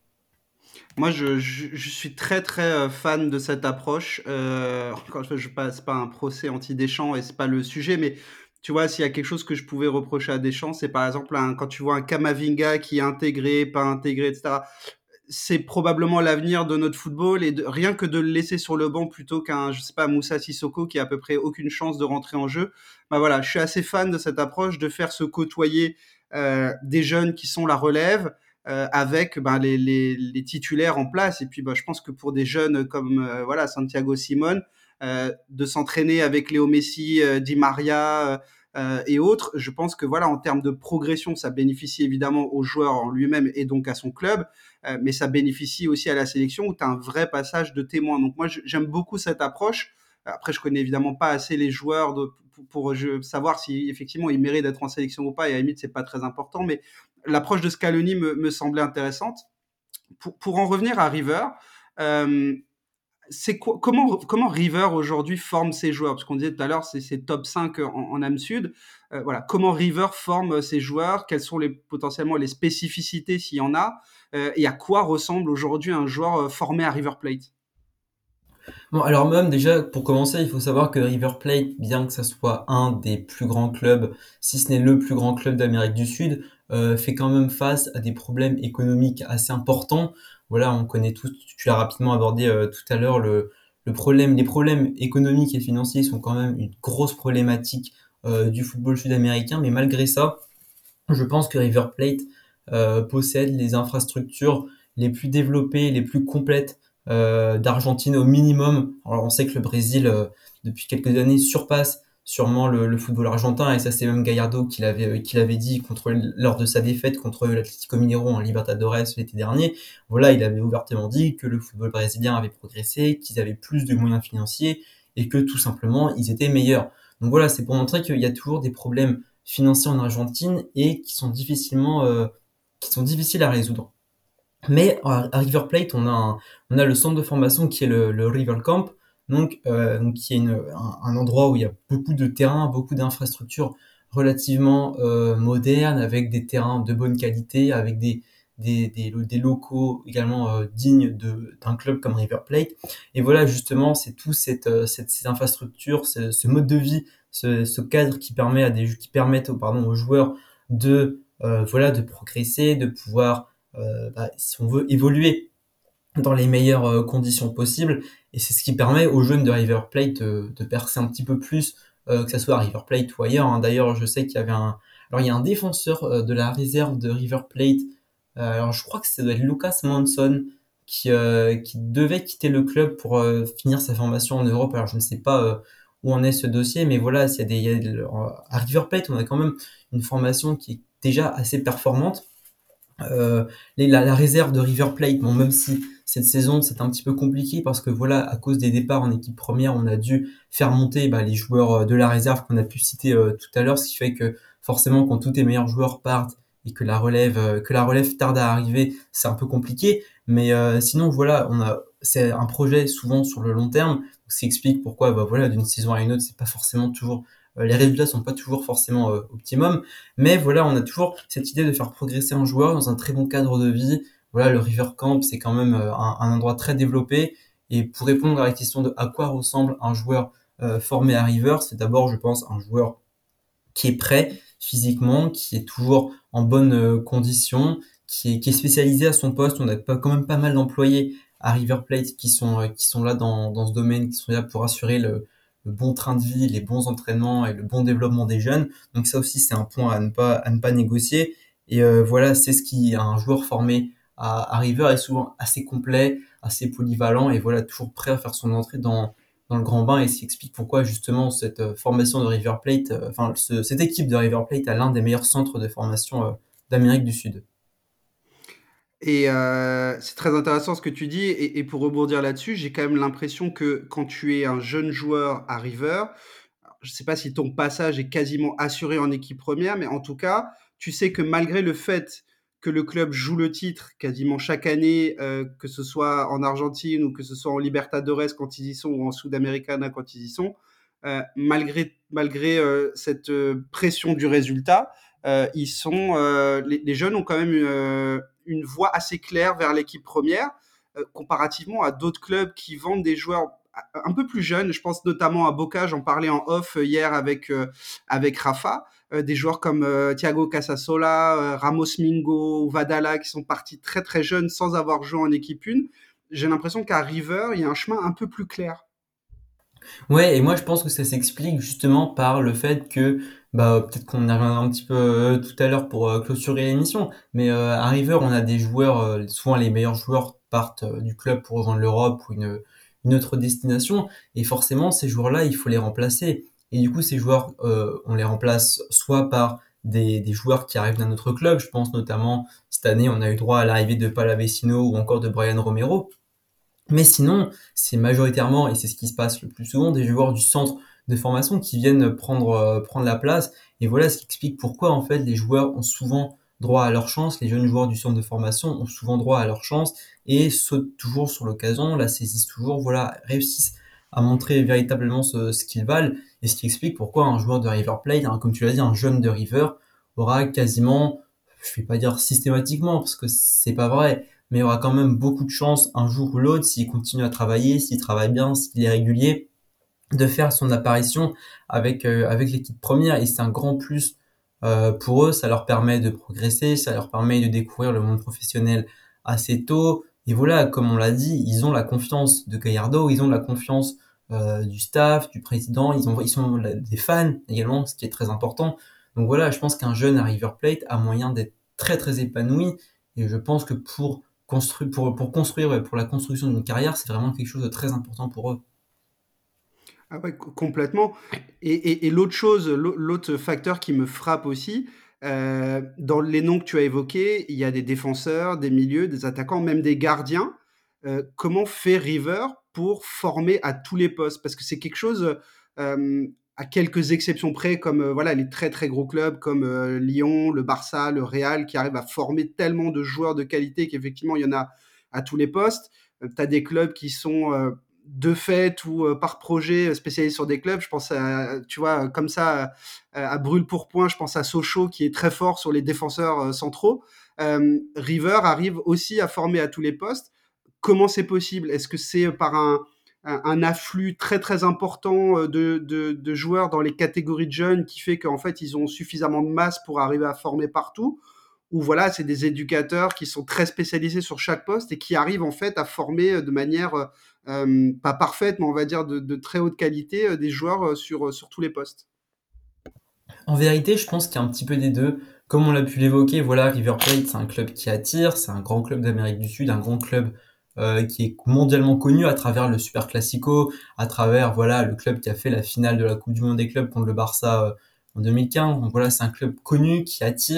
[SPEAKER 1] Moi, je suis très, très, fan de cette approche. Encore une fois, je passe pas un procès anti Deschamps et c'est pas le sujet, mais tu vois, s'il y a quelque chose que je pouvais reprocher à Deschamps, c'est par exemple quand tu vois un Camavinga qui est intégré, pas intégré, et cetera. C'est probablement l'avenir de notre football et rien que de le laisser sur le banc plutôt qu'un, je sais pas, Moussa Sissoko qui a à peu près aucune chance de rentrer en jeu. Bah voilà, je suis assez fan de cette approche de faire se côtoyer des jeunes qui sont la relève avec ben, les titulaires en place. Et puis, bah, je pense que pour des jeunes comme voilà Santiago Simón, de s'entraîner avec Léo Messi, Di Maria et autres, je pense que voilà, en termes de progression, ça bénéficie évidemment au joueur en lui-même et donc à son club, mais ça bénéficie aussi à la sélection où tu as un vrai passage de témoin. Donc moi, j'aime beaucoup cette approche. Après, je connais évidemment pas assez les joueurs pour savoir si effectivement ils méritent d'être en sélection ou pas. Et à la limite, c'est pas très important. Mais l'approche de Scaloni me semblait intéressante. Pour en revenir à River, euh, comment River aujourd'hui forme ses joueurs? Parce qu'on disait tout à l'heure, c'est top 5 en âme sud. Voilà, comment River forme ses joueurs? Quelles sont potentiellement les spécificités s'il y en a? Et à quoi ressemble aujourd'hui un joueur formé à River Plate?
[SPEAKER 2] Bon, alors même déjà, pour commencer, il faut savoir que River Plate, bien que ça soit un des plus grands clubs, si ce n'est le plus grand club d'Amérique du Sud, fait quand même face à des problèmes économiques assez importants. Voilà, on connaît tous, tu l'as rapidement abordé tout à l'heure, les problèmes économiques et financiers sont quand même une grosse problématique du football sud-américain, mais malgré ça, je pense que River Plate possède les infrastructures les plus développées, les plus complètes d'Argentine au minimum. Alors on sait que le Brésil, depuis quelques années, surpasse sûrement le football argentin, et ça c'est même Gallardo qui l'avait dit lors de sa défaite contre l'Atlético Mineiro en Libertadores l'été dernier. Voilà, il avait ouvertement dit que le football brésilien avait progressé, qu'ils avaient plus de moyens financiers et que tout simplement ils étaient meilleurs. Donc voilà, c'est pour montrer qu'il y a toujours des problèmes financiers en Argentine et qui sont difficiles à résoudre. Mais à River Plate, on a le centre de formation qui est le River Camp, donc qui est un endroit où il y a beaucoup de terrains, beaucoup d'infrastructures relativement modernes, avec des terrains de bonne qualité, avec des locaux également dignes d'un club comme River Plate. Et voilà, justement, c'est tout ces infrastructures, ce mode de vie, ce cadre qui permettent aux joueurs voilà, de progresser, de pouvoir si on veut évoluer dans les meilleures conditions possibles. Et c'est ce qui permet aux jeunes de River Plate de percer un petit peu plus, que ça soit à River Plate ou ailleurs. Hein. D'ailleurs, je sais qu'il y avait alors il y a un défenseur de la réserve de River Plate. Alors je crois que ça doit être Lucas Monson qui devait quitter le club pour finir sa formation en Europe. Alors je ne sais pas où en est ce dossier, mais voilà, à River Plate, on a quand même une formation qui est déjà assez performante. Euh, la réserve de River Plate, bon, même si cette saison c'est un petit peu compliqué parce que voilà, à cause des départs en équipe première, on a dû faire monter les joueurs de la réserve qu'on a pu citer tout à l'heure, ce qui fait que forcément quand tous tes meilleurs joueurs partent et que la relève tarde à arriver, c'est un peu compliqué. Mais sinon voilà, c'est un projet souvent sur le long terme, ce qui explique pourquoi voilà, d'une saison à une autre, c'est pas forcément toujours les résultats sont pas toujours forcément optimum. Mais voilà, on a toujours cette idée de faire progresser un joueur dans un très bon cadre de vie. Voilà, le River Camp, c'est quand même un endroit très développé. Et pour répondre à la question de à quoi ressemble un joueur formé à River, c'est d'abord, je pense, un joueur qui est prêt physiquement, qui est toujours en bonne condition, qui est spécialisé à son poste. On a quand même pas mal d'employés à River Plate qui sont là dans ce domaine, qui sont là pour assurer le bon train de vie, les bons entraînements et le bon développement des jeunes. Donc ça aussi, c'est un point à ne pas négocier. Et voilà, c'est ce qui un joueur formé à River est souvent assez complet, assez polyvalent et voilà, toujours prêt à faire son entrée dans le grand bain et ce qui explique pourquoi justement cette formation de River Plate, cette équipe de River Plate a l'un des meilleurs centres de formation d'Amérique du Sud.
[SPEAKER 1] Et c'est très intéressant ce que tu dis et pour rebondir là-dessus, j'ai quand même l'impression que quand tu es un jeune joueur à River, je ne sais pas si ton passage est quasiment assuré en équipe première, mais en tout cas, tu sais que malgré le fait que le club joue le titre quasiment chaque année, que ce soit en Argentine ou que ce soit en Libertadores quand ils y sont ou en Sudamericana quand ils y sont, malgré cette pression du résultat, les jeunes ont quand même une voie assez claire vers l'équipe première, comparativement à d'autres clubs qui vendent des joueurs un peu plus jeunes. Je pense notamment à Boca, j'en parlais en off hier avec Rafa. Des joueurs comme Thiago Casasola, Ramos Mingo, Vadala, qui sont partis très très jeunes sans avoir joué en équipe 1. J'ai l'impression qu'à River, il y a un chemin un peu plus clair.
[SPEAKER 2] Ouais, et moi je pense que ça s'explique justement par le fait que, peut-être qu'on y reviendra un petit peu tout à l'heure pour clôturer l'émission, mais à River, on a des joueurs, souvent les meilleurs joueurs partent du club pour rejoindre l'Europe ou une autre destination, et forcément ces joueurs-là, il faut les remplacer. Et du coup, ces joueurs, on les remplace soit par des joueurs qui arrivent d'un autre club, je pense notamment cette année, on a eu droit à l'arrivée de Palavecino ou encore de Brian Romero, mais sinon, c'est majoritairement, et c'est ce qui se passe le plus souvent, des joueurs du centre de formation qui viennent prendre la place. Et voilà ce qui explique pourquoi, en fait, les joueurs ont souvent droit à leur chance, les jeunes joueurs du centre de formation ont souvent droit à leur chance et sautent toujours sur l'occasion, la saisissent toujours, voilà, réussissent à montrer véritablement ce qu'ils valent. Et ce qui explique pourquoi un joueur de River Plate, hein, comme tu l'as dit, un jeune de River, aura quasiment, je vais pas dire systématiquement, parce que c'est pas vrai, mais il aura quand même beaucoup de chance un jour ou l'autre, s'il continue à travailler, s'il travaille bien, s'il est régulier, de faire son apparition avec l'équipe première. Et c'est un grand plus pour eux, ça leur permet de progresser, ça leur permet de découvrir le monde professionnel assez tôt. Et voilà, comme on l'a dit, ils ont la confiance de Gallardo, ils ont la confiance du staff, du président, ils sont des fans également, ce qui est très important. Donc voilà, je pense qu'un jeune à River Plate a moyen d'être très très épanoui. Et je pense que pour construire, ouais, pour la construction d'une carrière, c'est vraiment quelque chose de très important pour eux.
[SPEAKER 1] Ah ouais, complètement. Et l'autre chose, l'autre facteur qui me frappe aussi, dans les noms que tu as évoqués, il y a des défenseurs, des milieux, des attaquants, même des gardiens. Comment fait River pour former à tous les postes? Parce que c'est quelque chose, à quelques exceptions près, comme voilà, les très très gros clubs comme Lyon, le Barça, le Real, qui arrivent à former tellement de joueurs de qualité qu'effectivement il y en a à tous les postes. Tu as des clubs qui sont de fait ou par projet spécialisé sur des clubs. Je pense à, tu vois, comme ça, à brûle-pourpoint, je pense à Sochaux qui est très fort sur les défenseurs centraux. River arrive aussi à former à tous les postes. Comment c'est possible? Est-ce que c'est par un afflux très très important de joueurs dans les catégories de jeunes qui fait qu'en fait ils ont suffisamment de masse pour arriver à former partout? Ou voilà, c'est des éducateurs qui sont très spécialisés sur chaque poste et qui arrivent en fait à former de manière pas parfaite, mais on va dire de très haute qualité des joueurs sur tous les postes.
[SPEAKER 2] En vérité, je pense qu'il y a un petit peu des deux. Comme on l'a pu l'évoquer, voilà, River Plate, c'est un club qui attire, c'est un grand club d'Amérique du Sud, un grand club qui est mondialement connu à travers le Super Classico, à travers voilà le club qui a fait la finale de la Coupe du Monde des clubs contre le Barça en 2015. Donc voilà, c'est un club connu qui attire.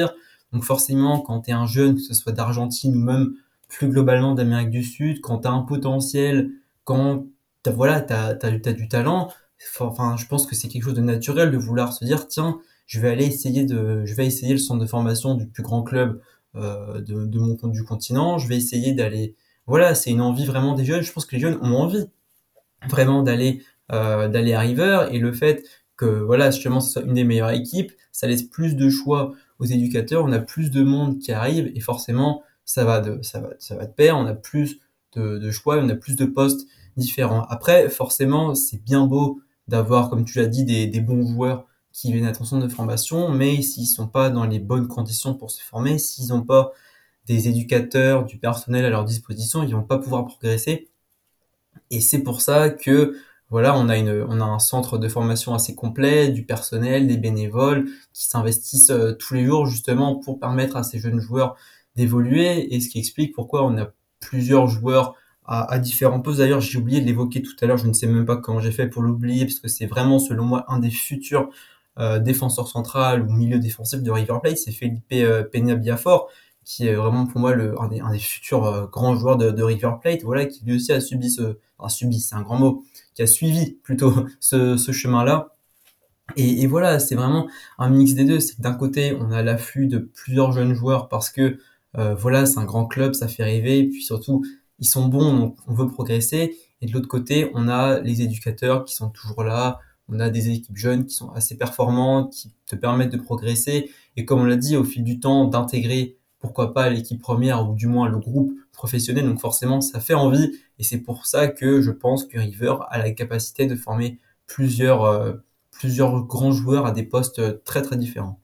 [SPEAKER 2] Donc forcément, quand tu es un jeune, que ce soit d'Argentine ou même plus globalement d'Amérique du Sud, quand tu as un potentiel, quand t'as du talent, enfin, je pense que c'est quelque chose de naturel de vouloir se dire, tiens, je vais essayer le centre de formation du plus grand club du continent, je vais essayer d'aller, voilà, c'est une envie vraiment des jeunes. Je pense que les jeunes ont envie vraiment d'aller à River, et le fait que voilà justement ce soit une des meilleures équipes, ça laisse plus de choix aux éducateurs, on a plus de monde qui arrive et forcément ça va de pair, on a plus de choix, on a plus de postes différents. Après forcément c'est bien beau d'avoir, comme tu l'as dit, des bons joueurs qui viennent à ton centre de formation, mais s'ils sont pas dans les bonnes conditions pour se former, s'ils n'ont pas des éducateurs, du personnel à leur disposition, ils vont pas pouvoir progresser. Et c'est pour ça que voilà, on a un centre de formation assez complet, du personnel, des bénévoles qui s'investissent tous les jours justement pour permettre à ces jeunes joueurs d'évoluer. Et ce qui explique pourquoi on a plusieurs joueurs à différents postes. D'ailleurs, j'ai oublié de l'évoquer tout à l'heure. Je ne sais même pas comment j'ai fait pour l'oublier parce que c'est vraiment, selon moi, un des futurs défenseurs central ou milieu défensif de River Plate. C'est Felipe Peña Biafort, qui est vraiment pour moi un des futurs grands joueurs de River Plate, voilà, qui lui aussi a subi, c'est un grand mot, qui a suivi plutôt ce chemin-là. Et voilà, c'est vraiment un mix des deux. C'est que d'un côté, on a l'afflux de plusieurs jeunes joueurs parce que voilà, c'est un grand club, ça fait rêver. Et puis surtout, ils sont bons, donc on veut progresser. Et de l'autre côté, on a les éducateurs qui sont toujours là. On a des équipes jeunes qui sont assez performantes, qui te permettent de progresser. Et comme on l'a dit, au fil du temps, d'intégrer, pourquoi pas, l'équipe première ou du moins le groupe professionnel. Donc forcément, ça fait envie. Et c'est pour ça que je pense que River a la capacité de former plusieurs, plusieurs grands joueurs à des postes très très différents.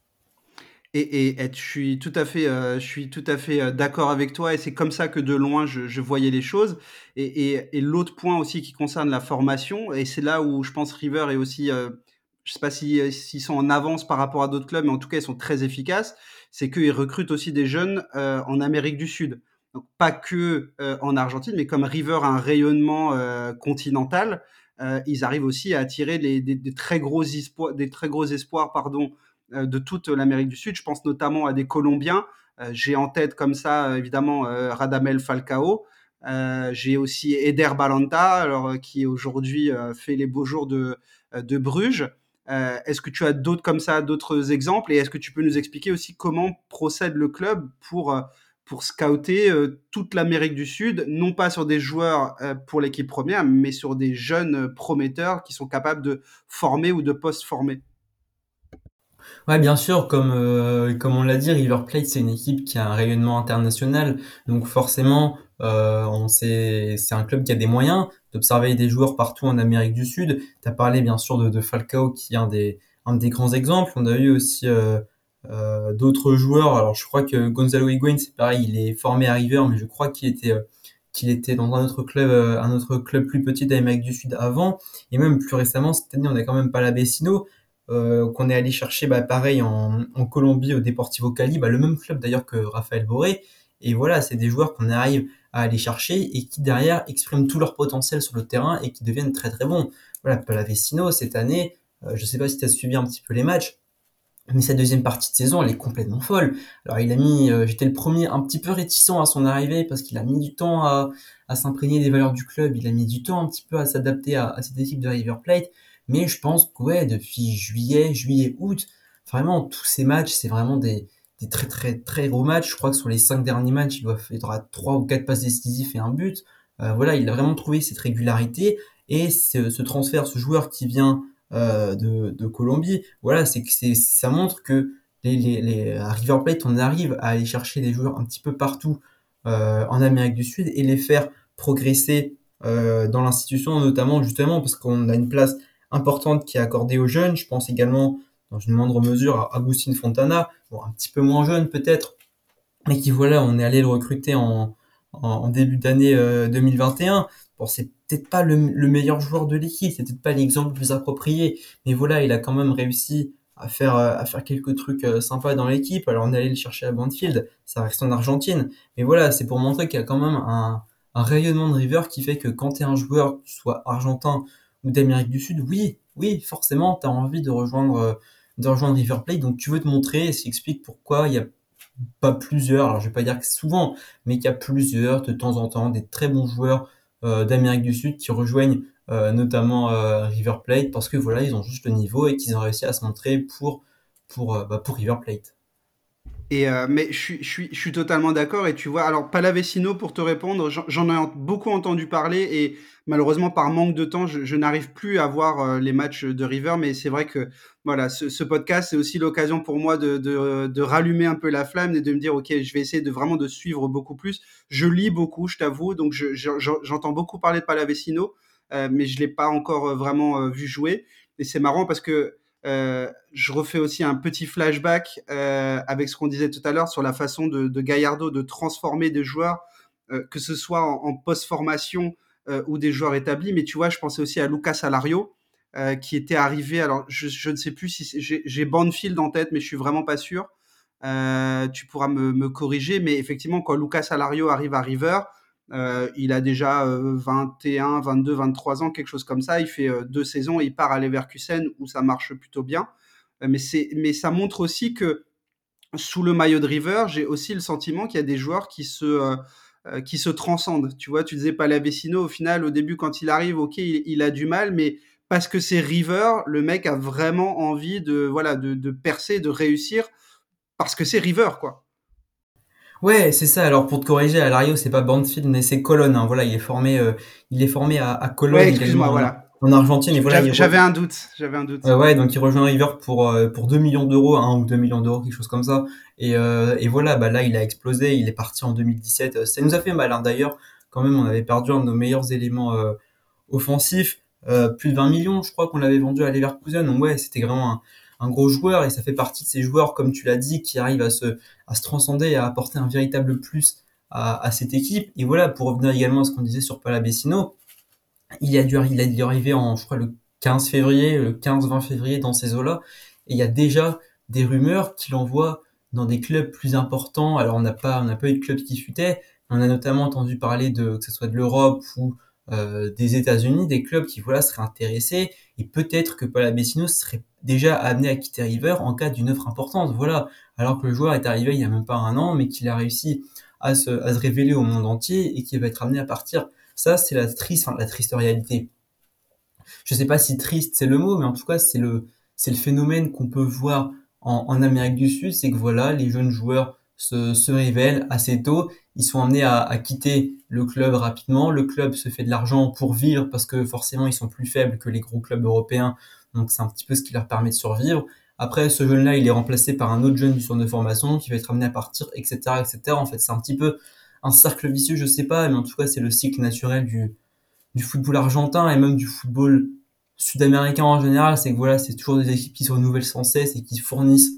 [SPEAKER 1] Je suis tout à fait d'accord avec toi et c'est comme ça que de loin je voyais les choses. Et l'autre point aussi qui concerne la formation, et c'est là où je pense River est aussi, je sais pas si, s'ils sont en avance par rapport à d'autres clubs, mais en tout cas ils sont très efficaces, c'est qu'ils recrutent aussi des jeunes en Amérique du Sud. Donc pas que en Argentine, mais comme River a un rayonnement continental, ils arrivent aussi à attirer des très gros espoirs pardon, de toute l'Amérique du Sud. Je pense notamment à des Colombiens. J'ai en tête comme ça, évidemment, Radamel Falcao. J'ai aussi Eder Balanta, alors, qui aujourd'hui fait les beaux jours de Bruges. Est-ce que tu as d'autres comme ça, d'autres exemples? Et est-ce que tu peux nous expliquer aussi comment procède le club pour scouter toute l'Amérique du Sud, non pas sur des joueurs pour l'équipe première, mais sur des jeunes prometteurs qui sont capables de former ou de post-former?
[SPEAKER 2] Ouais, bien sûr, comme on l'a dit, River Plate, c'est une équipe qui a un rayonnement international. Donc forcément, c'est un club qui a des moyens d'observer des joueurs partout en Amérique du Sud. Tu as parlé bien sûr de Falcao, qui est un des grands exemples. On a eu aussi d'autres joueurs. Alors je crois que Gonzalo Higuaín, c'est pareil, il est formé à River, mais je crois qu'il était dans un autre club plus petit d'Amérique du Sud avant. Et même plus récemment, cette année, on a quand même Palavecino, qu'on est allé chercher, bah, pareil en Colombie au Deportivo Cali, bah, le même club d'ailleurs que Raphaël Borré. Et voilà, c'est des joueurs qu'on arrive à aller chercher et qui derrière expriment tout leur potentiel sur le terrain et qui deviennent très très bons. Voilà, Palavecino cette année, je sais pas si tu as suivi un petit peu les matchs, mais sa deuxième partie de saison, elle est complètement folle. Alors j'étais le premier un petit peu réticent à son arrivée parce qu'il a mis du temps à s'imprégner des valeurs du club, il a mis du temps un petit peu à s'adapter à cette équipe de River Plate. Mais je pense que ouais, depuis juillet, août, vraiment tous ces matchs, c'est vraiment des très très très gros matchs. Je crois que sur les 5 derniers matchs, il aura 3 ou 4 passes décisives et un but. Voilà, il a vraiment trouvé cette régularité et ce transfert, ce joueur qui vient de Colombie. Voilà, ça montre que à River Plate, on arrive à aller chercher des joueurs un petit peu partout en Amérique du Sud et les faire progresser dans l'institution, notamment justement parce qu'on a une place importante qui est accordée aux jeunes. Je pense également, dans une moindre mesure, à Agustin Fontana, bon, un petit peu moins jeune peut-être, mais qui voilà, on est allé le recruter en début d'année 2021. Bon, c'est peut-être pas le meilleur joueur de l'équipe, c'est peut-être pas l'exemple le plus approprié, mais voilà, il a quand même réussi à faire quelques trucs sympas dans l'équipe. Alors on est allé le chercher à Banfield, ça reste en Argentine, mais voilà, c'est pour montrer qu'il y a quand même un rayonnement de River qui fait que quand tu es un joueur, que tu sois argentin ou d'Amérique du Sud, oui, forcément, tu as envie de rejoindre de rejoindre River Plate. Donc tu veux te montrer, et ça explique pourquoi il y a pas plusieurs, alors je vais pas dire que souvent, mais qu'il y a plusieurs de temps en temps des très bons joueurs d'Amérique du Sud qui rejoignent notamment River Plate parce que voilà, ils ont juste le niveau et qu'ils ont réussi à se montrer pour River Plate.
[SPEAKER 1] Mais je suis totalement d'accord. Et tu vois, alors Palavecino, pour te répondre, j'en ai beaucoup entendu parler et malheureusement, par manque de temps, je n'arrive plus à voir les matchs de River. Mais c'est vrai que voilà, ce podcast, c'est aussi l'occasion pour moi de rallumer un peu la flamme et de me dire, OK, je vais essayer de vraiment de suivre beaucoup plus. Je lis beaucoup, je t'avoue, donc j'entends beaucoup parler de Palavecino, mais je l'ai pas encore vraiment vu jouer. Et c'est marrant parce que je refais aussi un petit flashback avec ce qu'on disait tout à l'heure sur la façon de Gallardo de transformer des joueurs, que ce soit en post-formation ou des joueurs établis. Mais tu vois, je pensais aussi à Lucas Alario, qui était arrivé. Alors, je ne sais plus si j'ai Banfield en tête, mais je suis vraiment pas sûr. Tu pourras me corriger, mais effectivement, quand Lucas Alario arrive à River, il a déjà 21, 22, 23 ans, quelque chose comme ça. Il fait 2 saisons et il part à Leverkusen où ça marche plutôt bien. Mais ça montre aussi que sous le maillot de River, j'ai aussi le sentiment qu'il y a des joueurs qui se transcendent. Tu vois, tu disais Palavecino, au final, au début, quand il arrive, ok, il a du mal, mais parce que c'est River, le mec a vraiment envie voilà, de percer, de réussir, parce que c'est River, quoi.
[SPEAKER 2] Ouais, c'est ça. Alors pour te corriger, Alario, c'est pas Banfield, mais c'est Cologne, hein. Voilà, il est formé à
[SPEAKER 1] Ouais,
[SPEAKER 2] Cologne
[SPEAKER 1] excuse-moi,
[SPEAKER 2] également
[SPEAKER 1] voilà.
[SPEAKER 2] en Argentine. Et voilà,
[SPEAKER 1] J'avais un doute, j'avais un doute.
[SPEAKER 2] ouais, donc il rejoint River pour 2 millions d'euros, 1 ou 2 millions d'euros, quelque chose comme ça. Et voilà, bah là, il a explosé. Il est parti en 2017. Ça nous a fait mal, hein. D'ailleurs, quand même, on avait perdu un de nos meilleurs éléments offensifs. Plus de 20 millions, je crois qu'on l'avait vendu à Leverkusen. Donc ouais, c'était vraiment un gros joueur. Et ça fait partie de ces joueurs, comme tu l'as dit, qui arrivent à se transcender et à apporter un véritable plus à cette équipe. Et voilà, pour revenir également à ce qu'on disait sur Palabessino, il a dû arriver je crois, le 15 février, le 15-20 février dans ces eaux-là. Et il y a déjà des rumeurs qu'il envoie dans des clubs plus importants. Alors, on n'a pas eu de club qui futait. On a notamment entendu parler que ce soit de l'Europe ou des États-Unis, des clubs qui, voilà, seraient intéressés. Et peut-être que Palabessino serait déjà amené à quitter River en cas d'une offre importante. Voilà. Alors que le joueur est arrivé il y a même pas un an, mais qu'il a réussi à se révéler au monde entier et qu'il va être amené à partir. Ça, c'est la triste réalité. Je sais pas si triste c'est le mot, mais en tout cas, c'est le phénomène qu'on peut voir en Amérique du Sud, c'est que voilà, les jeunes joueurs se révèlent assez tôt, ils sont amenés à quitter le club rapidement, le club se fait de l'argent pour vivre parce que forcément ils sont plus faibles que les gros clubs européens, donc c'est un petit peu ce qui leur permet de survivre. Après, ce jeune-là, il est remplacé par un autre jeune du centre de formation qui va être amené à partir, etc., etc. En fait, c'est un petit peu un cercle vicieux, je sais pas, mais en tout cas, c'est le cycle naturel du football argentin et même du football sud-américain en général. C'est que voilà, c'est toujours des équipes qui se renouvellent sans cesse et qui fournissent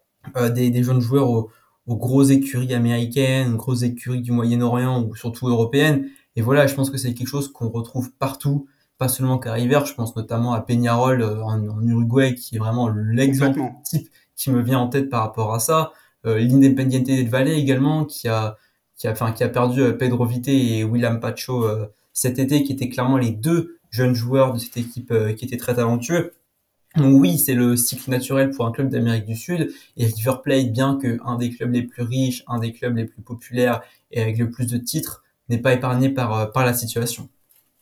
[SPEAKER 2] des jeunes joueurs aux grosses écuries américaines, aux grosses écuries du Moyen-Orient ou surtout européennes. Et voilà, je pense que c'est quelque chose qu'on retrouve partout, pas seulement qu'à River. Je pense notamment à Peñarol en Uruguay, qui est vraiment l'exemple
[SPEAKER 1] Complètement.
[SPEAKER 2] type qui me vient en tête par rapport à ça. L'Independiente del Valle également, qui a perdu Pedro Vite et William Pacho cet été, qui étaient clairement les deux jeunes joueurs de cette équipe qui étaient très talentueux. Donc oui, c'est le cycle naturel pour un club d'Amérique du Sud. Et River Plate, bien que un des clubs les plus riches, un des clubs les plus populaires et avec le plus de titres, n'est pas épargné par la situation.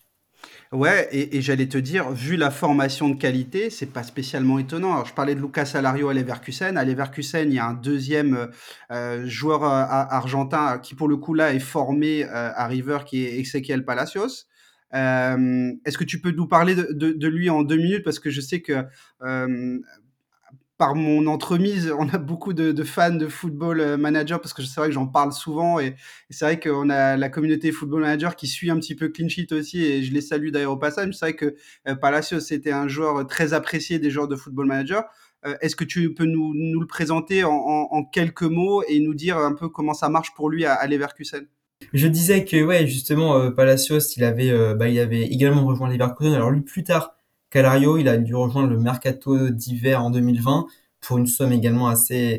[SPEAKER 1] Ouais, et j'allais te dire, vu la formation de qualité, c'est pas spécialement étonnant. Alors, je parlais de Lucas Alario à Leverkusen. À Leverkusen, il y a un deuxième joueur argentin qui, pour le coup, là, est formé à River, qui est Ezequiel Palacios. Est-ce que tu peux nous parler de lui en 2 minutes? Parce que je sais que euh, par mon entremise, on a beaucoup de fans de Football Manager parce que c'est vrai que j'en parle souvent et c'est vrai qu'on a la communauté Football Manager qui suit un petit peu Clean Sheet aussi et je les salue d'ailleurs au passage. C'est vrai que Palacios c'était un joueur très apprécié des joueurs de Football Manager. Est-ce que tu peux nous le présenter en quelques mots et nous dire un peu comment ça marche pour lui à Leverkusen?
[SPEAKER 2] Je disais que ouais, justement, Palacios, il avait également rejoint Leverkusen. Alors lui, plus tard, Calario, il a dû rejoindre le mercato d'hiver en 2020 pour une somme également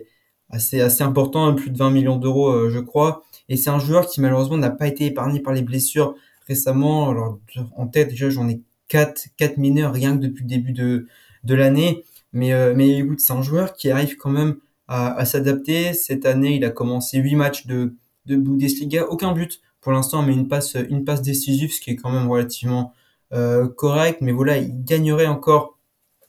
[SPEAKER 2] assez importante, plus de 20 millions d'euros, je crois. Et c'est un joueur qui malheureusement n'a pas été épargné par les blessures récemment. Alors en tête, déjà, j'en ai quatre mineurs rien que depuis le début de l'année. Mais écoute, c'est un joueur qui arrive quand même à s'adapter. Cette année, il a commencé 8 matchs de Bundesliga, aucun but pour l'instant, mais une passe décisive, ce qui est quand même relativement correct. Mais voilà, il gagnerait encore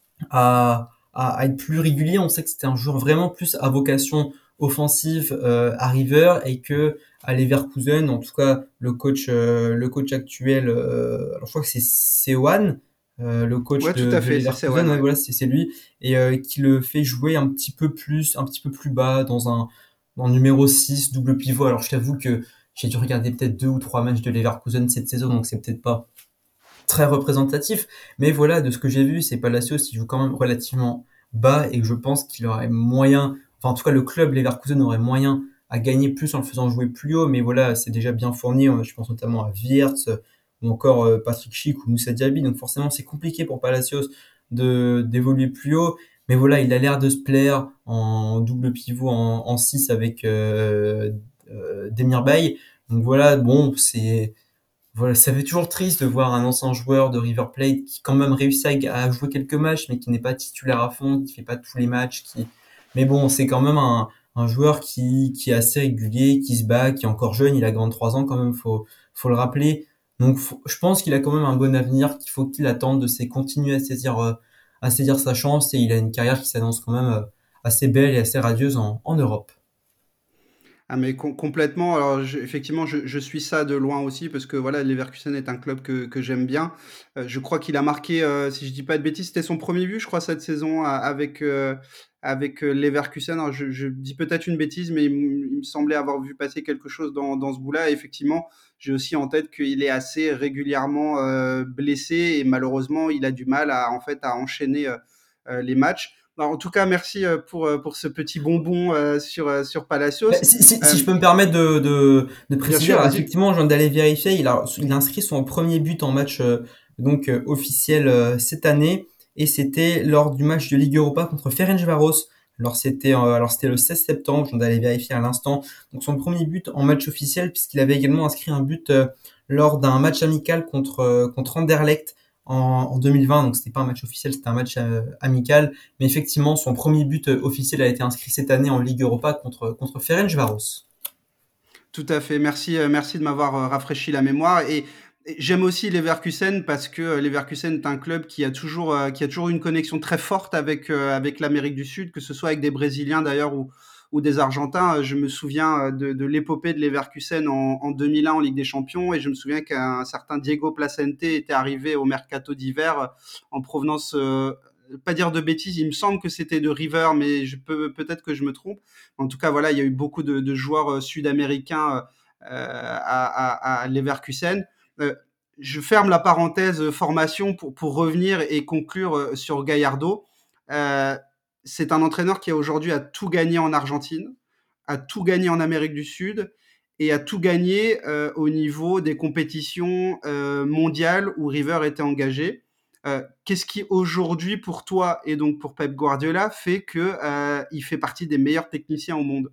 [SPEAKER 2] à être plus régulier. On sait que c'était un joueur vraiment plus à vocation offensive à River et que à Leverkusen, en tout cas le coach actuel, alors je crois que c'est Seoane, le coach
[SPEAKER 1] Ouais, tout à
[SPEAKER 2] de
[SPEAKER 1] fait, c'est
[SPEAKER 2] Leverkusen,
[SPEAKER 1] Sewan,
[SPEAKER 2] ouais,
[SPEAKER 1] ouais.
[SPEAKER 2] voilà, c'est lui et qui le fait jouer un petit peu plus bas dans le numéro 6 double pivot. Alors je t'avoue que j'ai dû regarder peut-être 2 ou 3 matchs de Leverkusen cette saison, donc c'est peut-être pas très représentatif. Mais voilà, de ce que j'ai vu, c'est Palacios, il joue quand même relativement bas et que je pense qu'il aurait moyen, enfin en tout cas le club Leverkusen aurait moyen à gagner plus en le faisant jouer plus haut. Mais voilà, c'est déjà bien fourni. Je pense notamment à Wirtz ou encore Patrick Schick ou Moussa Diaby. Donc forcément, c'est compliqué pour Palacios de d'évoluer plus haut. Mais voilà, il a l'air de se plaire en double pivot en 6 avec Demir Bay. Donc voilà, bon, c'est voilà, ça fait toujours triste de voir un ancien joueur de River Plate qui quand même réussit à jouer quelques matchs, mais qui n'est pas titulaire à fond, qui fait pas tous les matchs, qui. Mais bon, c'est quand même un joueur qui est assez régulier, qui se bat, qui est encore jeune, il a 23 ans quand même, faut le rappeler. Donc, je pense qu'il a quand même un bon avenir, qu'il faut qu'il attende de continuer à saisir sa chance et il a une carrière qui s'annonce quand même assez belle et assez radieuse en Europe.
[SPEAKER 1] Ah mais complètement. Alors effectivement, je suis ça de loin aussi parce que voilà, Leverkusen est un club que j'aime bien. Je crois qu'il a marqué, si je dis pas de bêtises, c'était son premier but, je crois, cette saison avec Leverkusen. Alors je dis peut-être une bêtise, mais il me semblait avoir vu passer quelque chose dans ce bout-là. Et effectivement, j'ai aussi en tête qu'il est assez régulièrement blessé et malheureusement, il a du mal à en fait à enchaîner les matchs. Alors, en tout cas, merci pour ce petit bonbon sur
[SPEAKER 2] Bah,
[SPEAKER 1] Palacios.
[SPEAKER 2] si je
[SPEAKER 1] Euh,
[SPEAKER 2] peux me permettre de
[SPEAKER 1] Bien
[SPEAKER 2] préciser,
[SPEAKER 1] sûr,
[SPEAKER 2] alors
[SPEAKER 1] vas-y.
[SPEAKER 2] effectivement, je viens d'aller vérifier, il a inscrit son premier but en match officiel cette année, et c'était lors du match de Ligue Europa contre Ferencváros. Alors c'était le 16 septembre, je viens d'aller vérifier à l'instant. Donc son premier but en match officiel, puisqu'il avait également inscrit un but lors d'un match amical contre Anderlecht en 2020. Donc c'était pas un match officiel, c'était un match amical. Mais effectivement, son premier but officiel a été inscrit cette année en Ligue Europa contre Ferencváros.
[SPEAKER 1] Tout à fait. Merci, merci de m'avoir rafraîchi la mémoire. Et j'aime aussi Leverkusen parce que Leverkusen est un club qui a toujours une connexion très forte avec l'Amérique du Sud, que ce soit avec des Brésiliens d'ailleurs ou des Argentins. Je me souviens de l'épopée de Leverkusen en 2001 en Ligue des Champions et je me souviens qu'un certain Diego Placente était arrivé au mercato d'hiver en provenance, pas dire de bêtises, il me semble que c'était de River, mais peut-être que je me trompe. En tout cas, voilà, il y a eu beaucoup de joueurs sud-américains à Leverkusen. Euh, je ferme la parenthèse formation pour revenir et conclure sur Gallardo. Euh, c'est un entraîneur qui a aujourd'hui a tout gagné en Argentine, a tout gagné en Amérique du Sud et a tout gagné au niveau des compétitions mondiales où River était engagé. Qu'est-ce qui aujourd'hui pour toi et donc pour Pep Guardiola fait que il fait partie des meilleurs techniciens au monde?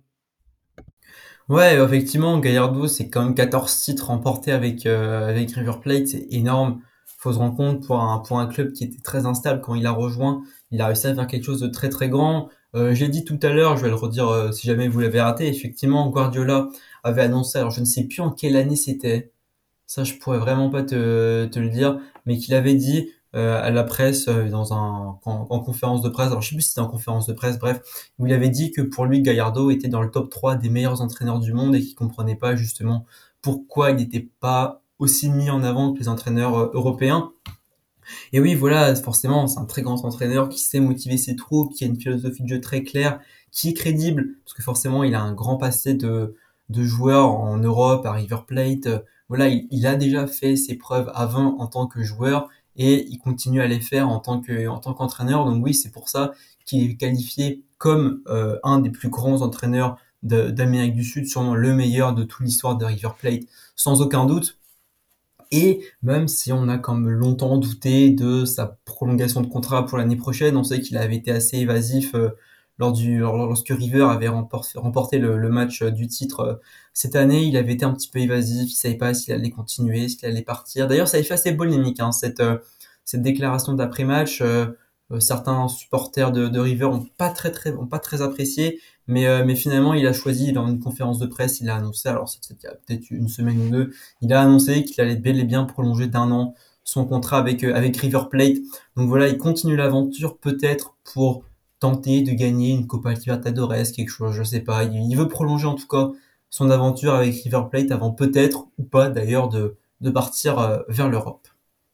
[SPEAKER 2] Ouais, effectivement, Gallardo, c'est quand même 14 titres remportés avec River Plate, c'est énorme. Faut se rendre compte pour un club qui était très instable quand il a rejoint, il a réussi à faire quelque chose de très très grand. J'ai dit tout à l'heure, je vais le redire si jamais vous l'avez raté, effectivement, Guardiola avait annoncé, alors je ne sais plus en quelle année c'était, ça je pourrais vraiment pas te le dire, mais qu'il avait dit à la presse en conférence de presse, alors je sais plus si c'était en conférence de presse, bref, où il avait dit que pour lui Gallardo était dans le top 3 des meilleurs entraîneurs du monde et qu'il comprenait pas justement pourquoi il n'était pas aussi mis en avant que les entraîneurs européens. Et oui, voilà, forcément, c'est un très grand entraîneur qui sait motiver ses troupes, qui a une philosophie de jeu très claire, qui est crédible, parce que forcément, il a un grand passé de joueur en Europe, à River Plate. Voilà, il a déjà fait ses preuves avant en tant que joueur et il continue à les faire en tant qu'entraîneur. Donc oui, c'est pour ça qu'il est qualifié comme un des plus grands entraîneurs d'Amérique du Sud, sûrement le meilleur de toute l'histoire de River Plate, sans aucun doute. Et même si on a comme longtemps douté de sa prolongation de contrat pour l'année prochaine, on sait qu'il avait été assez évasif lorsque River avait remporté le match du titre cette année. Il avait été un petit peu évasif, il savait pas s'il allait continuer, s'il allait partir. D'ailleurs, ça avait fait assez polémique, hein, cette déclaration d'après-match. certains supporters de River ont pas très apprécié, mais finalement il a choisi dans une conférence de presse, il a annoncé, alors c'était il y a peut-être une semaine ou deux, il a annoncé qu'il allait bel et bien prolonger d'un an son contrat avec River Plate. Donc voilà, il continue l'aventure peut-être pour tenter de gagner une Copa Libertadores, quelque chose, je sais pas. Il veut prolonger en tout cas son aventure avec River Plate avant peut-être ou pas d'ailleurs de partir vers l'Europe.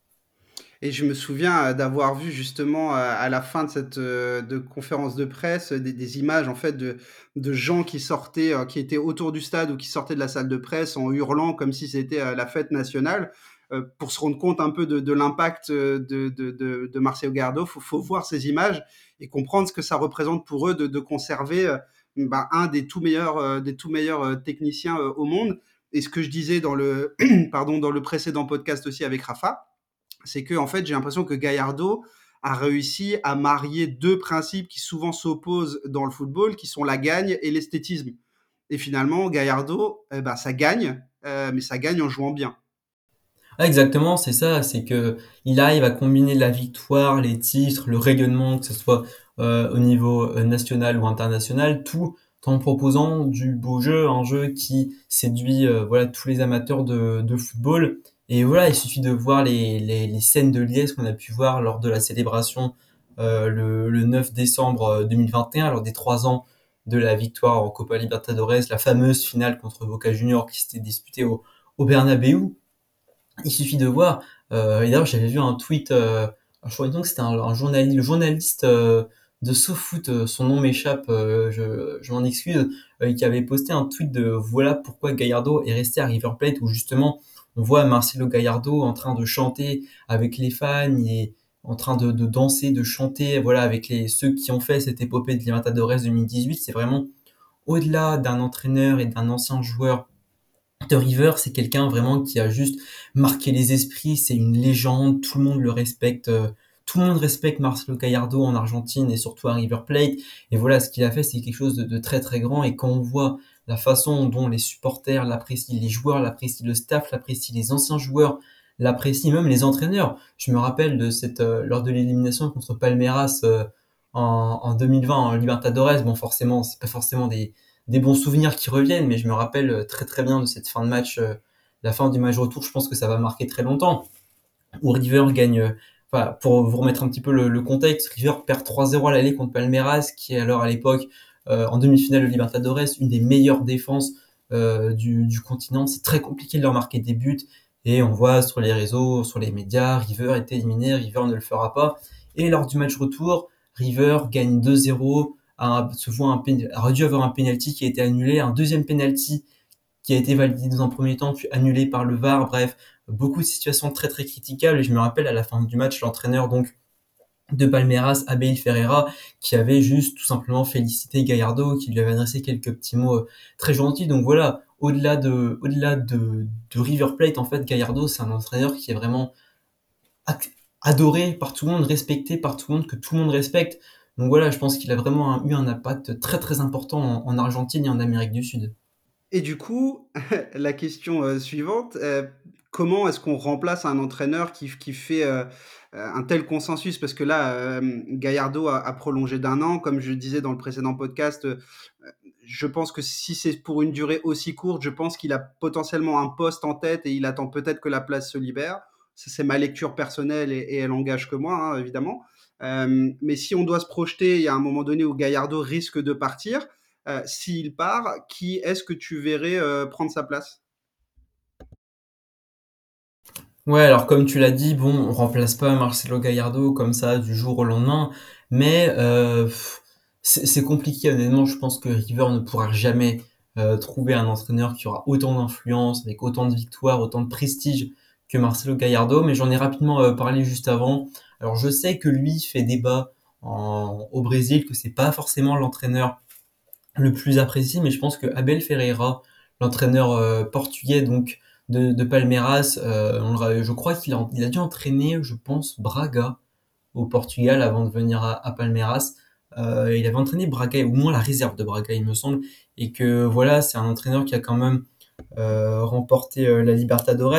[SPEAKER 1] Et je me souviens d'avoir vu justement à la fin de cette de conférence de presse des images en fait de gens qui sortaient, qui étaient autour du stade ou qui sortaient de la salle de presse en hurlant comme si c'était la fête nationale. Pour se rendre compte un peu de l'impact de Marcelo Gallardo, faut voir ces images et comprendre ce que ça représente pour eux de conserver un des tout meilleurs techniciens au monde. Et ce que je disais dans le, pardon, dans le précédent podcast aussi avec Rafa, c'est que en fait, j'ai l'impression que Gallardo a réussi à marier deux principes qui souvent s'opposent dans le football, qui sont la gagne et l'esthétisme. Et finalement, Gallardo, ça gagne, mais ça gagne en jouant bien.
[SPEAKER 2] Ah, exactement, c'est ça, c'est que il arrive à combiner la victoire, les titres, le rayonnement, que ce soit au niveau national ou international, tout en proposant du beau jeu, un jeu qui séduit voilà tous les amateurs de football. Et voilà, il suffit de voir les scènes de liesse qu'on a pu voir lors de la célébration le 9 décembre 2021, lors des 3 ans de la victoire en Copa Libertadores, la fameuse finale contre Boca Juniors qui s'était disputée au Bernabéu. Il suffit de voir. Et d'ailleurs, j'avais vu un tweet. Je crois donc que c'était un journaliste, le journaliste de SoFoot, son nom m'échappe, je m'en excuse, qui avait posté un tweet de voilà pourquoi Gallardo est resté à River Plate, où justement on voit Marcelo Gallardo en train de chanter avec les fans et en train de danser, de chanter, voilà, avec ceux qui ont fait cette épopée de Libertadores 2018. C'est vraiment au-delà d'un entraîneur et d'un ancien joueur de River, c'est quelqu'un vraiment qui a juste marqué les esprits, c'est une légende, tout le monde le respecte, tout le monde respecte Marcelo Gallardo en Argentine et surtout à River Plate. Et voilà, ce qu'il a fait, c'est quelque chose de très très grand. Et quand on voit la façon dont les supporters l'apprécient, les joueurs l'apprécient, le staff l'apprécie, les anciens joueurs l'apprécient, même les entraîneurs. Je me rappelle de lors de l'élimination contre Palmeiras en 2020 en Libertadores. Bon, forcément, c'est pas forcément des bons souvenirs qui reviennent, mais je me rappelle très très bien de cette fin de match, la fin du match retour. Je pense que ça va marquer très longtemps. Où River gagne, enfin, pour vous remettre un petit peu le contexte, River perd 3-0 à l'aller contre Palmeiras, qui est alors à l'époque en demi-finale de Libertadores, une des meilleures défenses du continent. C'est très compliqué de leur marquer des buts. Et on voit sur les réseaux, sur les médias, River est éliminé, River ne le fera pas. Et lors du match retour, River gagne 2-0, aurait dû avoir un penalty qui a été annulé, un deuxième penalty qui a été validé dans un premier temps, puis annulé par le VAR. Bref, beaucoup de situations très très critiquables. Et je me rappelle à la fin du match, l'entraîneur donc de Palmeiras, Abel Ferreira, qui avait juste tout simplement félicité Gallardo, qui lui avait adressé quelques petits mots très gentils. Donc voilà, au-delà de River Plate, en fait, Gallardo, c'est un entraîneur qui est vraiment adoré par tout le monde, respecté par tout le monde, que tout le monde respecte. Donc voilà, je pense qu'il a vraiment eu un impact très très important en Argentine et en Amérique du Sud.
[SPEAKER 1] Et du coup, la question suivante, comment est-ce qu'on remplace un entraîneur qui fait un tel consensus? Parce que là, Gallardo a prolongé d'un an, comme je disais dans le précédent podcast. Je pense que si c'est pour une durée aussi courte, je pense qu'il a potentiellement un poste en tête et il attend peut-être que la place se libère. Ça, c'est ma lecture personnelle et elle engage que moi, hein, évidemment. Mais si on doit se projeter, il y a un moment donné où Gallardo risque de partir. S'il part, qui est-ce que tu verrais prendre sa place?
[SPEAKER 2] Ouais, alors comme tu l'as dit, bon, on remplace pas Marcelo Gallardo comme ça du jour au lendemain, mais c'est compliqué honnêtement. Je pense que River ne pourra jamais trouver un entraîneur qui aura autant d'influence, avec autant de victoires, autant de prestige que Marcelo Gallardo. Mais j'en ai rapidement parlé juste avant. Alors je sais que lui fait débat au Brésil, que c'est pas forcément l'entraîneur le plus apprécié, mais je pense que Abel Ferreira, l'entraîneur portugais donc de Palmeiras, je crois il a dû entraîner, je pense, Braga au Portugal avant de venir à Palmeiras. Il avait entraîné Braga, ou au moins la réserve de Braga, il me semble, et que voilà, c'est un entraîneur qui a quand même remporté la Libertadores,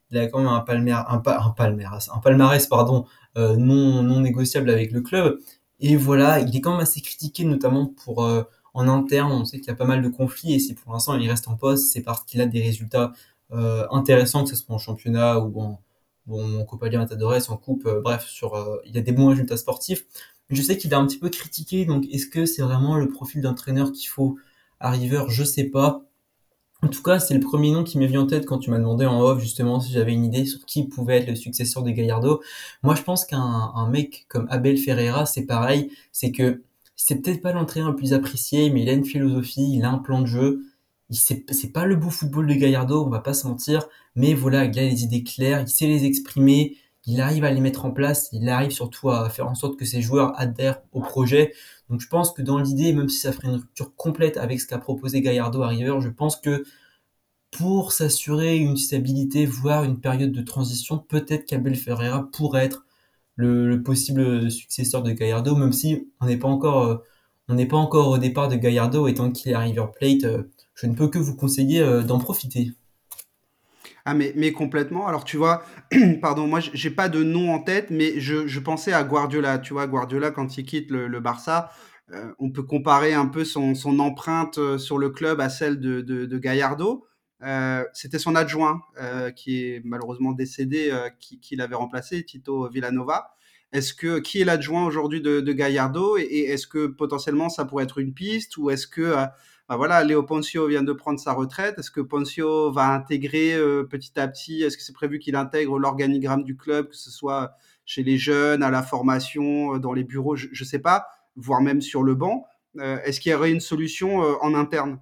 [SPEAKER 2] il a quand même un palmarès, pardon, non négociable avec le club. Et voilà, il est quand même assez critiqué, notamment pour en interne. On sait qu'il y a pas mal de conflits, et si pour l'instant il reste en poste, c'est parce qu'il a des résultats intéressants, que ce soit en championnat ou en Copa Libertadores, en coupe, bref, il y a des bons résultats sportifs. Mais je sais qu'il est un petit peu critiqué, donc est-ce que c'est vraiment le profil d'entraîneur qu'il faut à River? Je sais pas. En tout cas, c'est le premier nom qui m'est venu en tête quand tu m'as demandé en off justement si j'avais une idée sur qui pouvait être le successeur de Gallardo. Moi, je pense qu'un mec comme Abel Ferreira, c'est pareil. C'est que c'est peut-être pas l'entraîneur le plus apprécié, mais il a une philosophie, il a un plan de jeu. C'est pas le beau football de Gallardo, on va pas se mentir, mais voilà, il a les idées claires, il sait les exprimer, il arrive à les mettre en place, il arrive surtout à faire en sorte que ses joueurs adhèrent au projet. Donc je pense que dans l'idée, même si ça ferait une rupture complète avec ce qu'a proposé Gallardo à River, je pense que pour s'assurer une stabilité, voire une période de transition, peut-être qu'Abel Ferreira pourrait être le possible successeur de Gallardo, même si on n'est pas encore au départ de Gallardo, et tant qu'il est à River Plate, je ne peux que vous conseiller d'en profiter.
[SPEAKER 1] Ah mais complètement. Alors tu vois, pardon, moi j'ai pas de nom en tête, mais je pensais à Guardiola. Tu vois, Guardiola quand il quitte le Barça, on peut comparer un peu son empreinte sur le club à celle de Gallardo. C'était son adjoint qui est malheureusement décédé, qui l'avait remplacé, Tito Villanova. Qui est l'adjoint aujourd'hui de Gallardo et est-ce que potentiellement ça pourrait être une piste ou est-ce que bah voilà, Léo Poncio vient de prendre sa retraite. Est-ce que Poncio va intégrer petit à petit, est-ce que c'est prévu qu'il intègre l'organigramme du club, que ce soit chez les jeunes, à la formation, dans les bureaux, je ne sais pas, voire même sur le banc. Est-ce qu'il y aurait une solution en interne?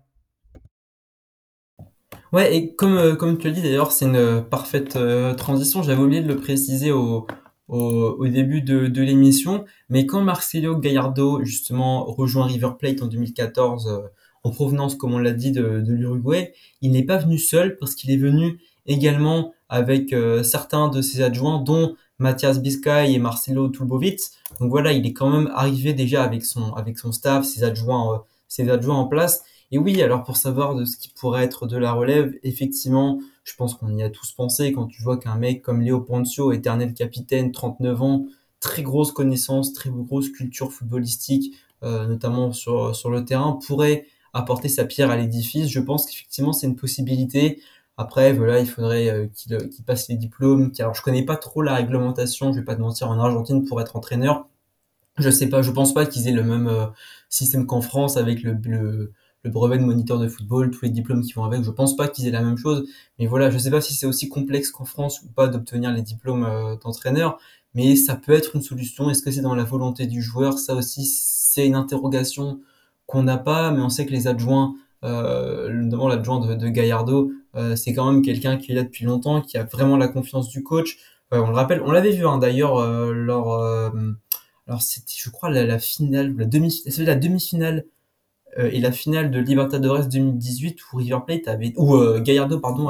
[SPEAKER 2] Ouais, et comme tu l'as dit d'ailleurs, c'est une parfaite transition. J'avais oublié de le préciser au début de l'émission. Mais quand Marcelo Gallardo, justement, rejoint River Plate en 2014, en provenance, comme on l'a dit, de l'Uruguay, il n'est pas venu seul parce qu'il est venu également avec certains de ses adjoints, dont Mathias Biscay et Marcelo Tulbovic. Donc voilà, il est quand même arrivé déjà avec son staff, ses adjoints en place. Et oui, alors pour savoir de ce qui pourrait être de la relève, effectivement, je pense qu'on y a tous pensé quand tu vois qu'un mec comme Léo Poncio, éternel capitaine, 39 ans, très grosse connaissance, très grosse culture footballistique, notamment sur le terrain, pourrait apporter sa pierre à l'édifice. Je pense qu'effectivement, c'est une possibilité. Après, voilà, il faudrait qu'il passe les diplômes. Alors, je connais pas trop la réglementation, je vais pas te mentir, en Argentine pour être entraîneur. Je sais pas, je pense pas qu'ils aient le même système qu'en France avec le brevet de moniteur de football, tous les diplômes qui vont avec. Je pense pas qu'ils aient la même chose. Mais voilà, je sais pas si c'est aussi complexe qu'en France ou pas d'obtenir les diplômes d'entraîneur. Mais ça peut être une solution. Est-ce que c'est dans la volonté du joueur? Ça aussi, c'est une interrogation qu'on n'a pas. Mais on sait que les adjoints, notamment l'adjoint de Gallardo, c'est quand même quelqu'un qui est là depuis longtemps, qui a vraiment la confiance du coach. On le rappelle, on l'avait vu hein, d'ailleurs lors alors c'était, je crois, la finale, c'était la demi-finale et la finale de Libertadores 2018 où Gallardo, pardon,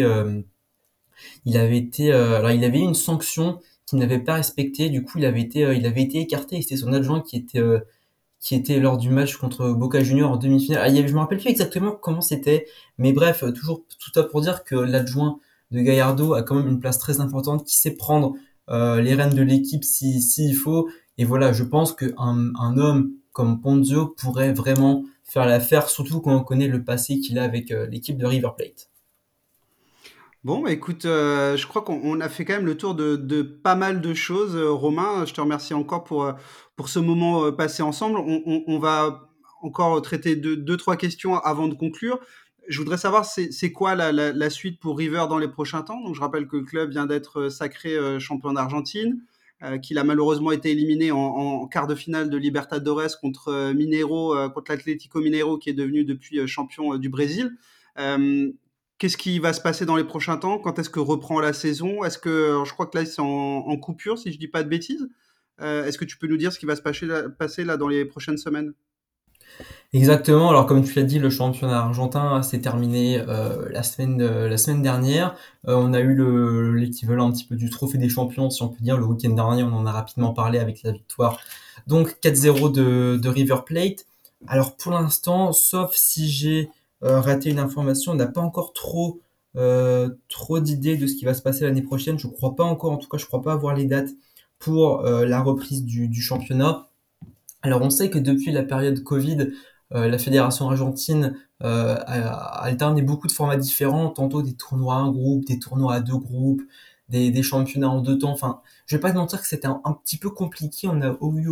[SPEAKER 2] alors il avait eu une sanction qu'il n'avait pas respectée. Du coup, il avait été écarté et c'était son adjoint qui était lors du match contre Boca Juniors en demi-finale. Je me rappelle plus exactement comment c'était, mais bref, toujours tout ça pour dire que l'adjoint de Gallardo a quand même une place très importante, qui sait prendre les rênes de l'équipe s'il faut. Et voilà, je pense qu'un homme comme Ponzio pourrait vraiment faire l'affaire, surtout quand on connaît le passé qu'il a avec l'équipe de River Plate.
[SPEAKER 1] Bon, bah, écoute, je crois qu'on a fait quand même le tour de pas mal de choses, Romain. Je te remercie encore pour ce moment passé ensemble. On va encore traiter deux, trois questions avant de conclure. Je voudrais savoir, c'est quoi la suite pour River dans les prochains temps? Donc, je rappelle que le club vient d'être sacré champion d'Argentine, qu'il a malheureusement été éliminé en quart de finale de Libertadores contre l'Atlético Mineiro, qui est devenu depuis champion du Brésil. Euh, Qu'est-ce qui va se passer dans les prochains temps? Quand est-ce que reprend la saison? Alors, je crois que là, c'est en coupure, si je dis pas de bêtises. Est-ce que tu peux nous dire ce qui va passer là dans les prochaines semaines?
[SPEAKER 2] Exactement. Alors comme tu l'as dit, le championnat argentin s'est terminé la semaine dernière. On a eu l'équivalent un petit peu du trophée des champions, si on peut dire, le week-end dernier. On en a rapidement parlé avec la victoire. Donc 4-0 de River Plate. Alors pour l'instant, sauf si j'ai raté une information, on n'a pas encore trop trop d'idées de ce qui va se passer l'année prochaine. Je crois pas encore, en tout cas, je crois pas avoir les dates pour la reprise du championnat. Alors on sait que depuis la période Covid, la fédération argentine a alterné beaucoup de formats différents, tantôt des tournois à un groupe, des tournois à deux groupes, des championnats en deux temps. Enfin, je vais pas te mentir que c'était un petit peu compliqué. On n'a eu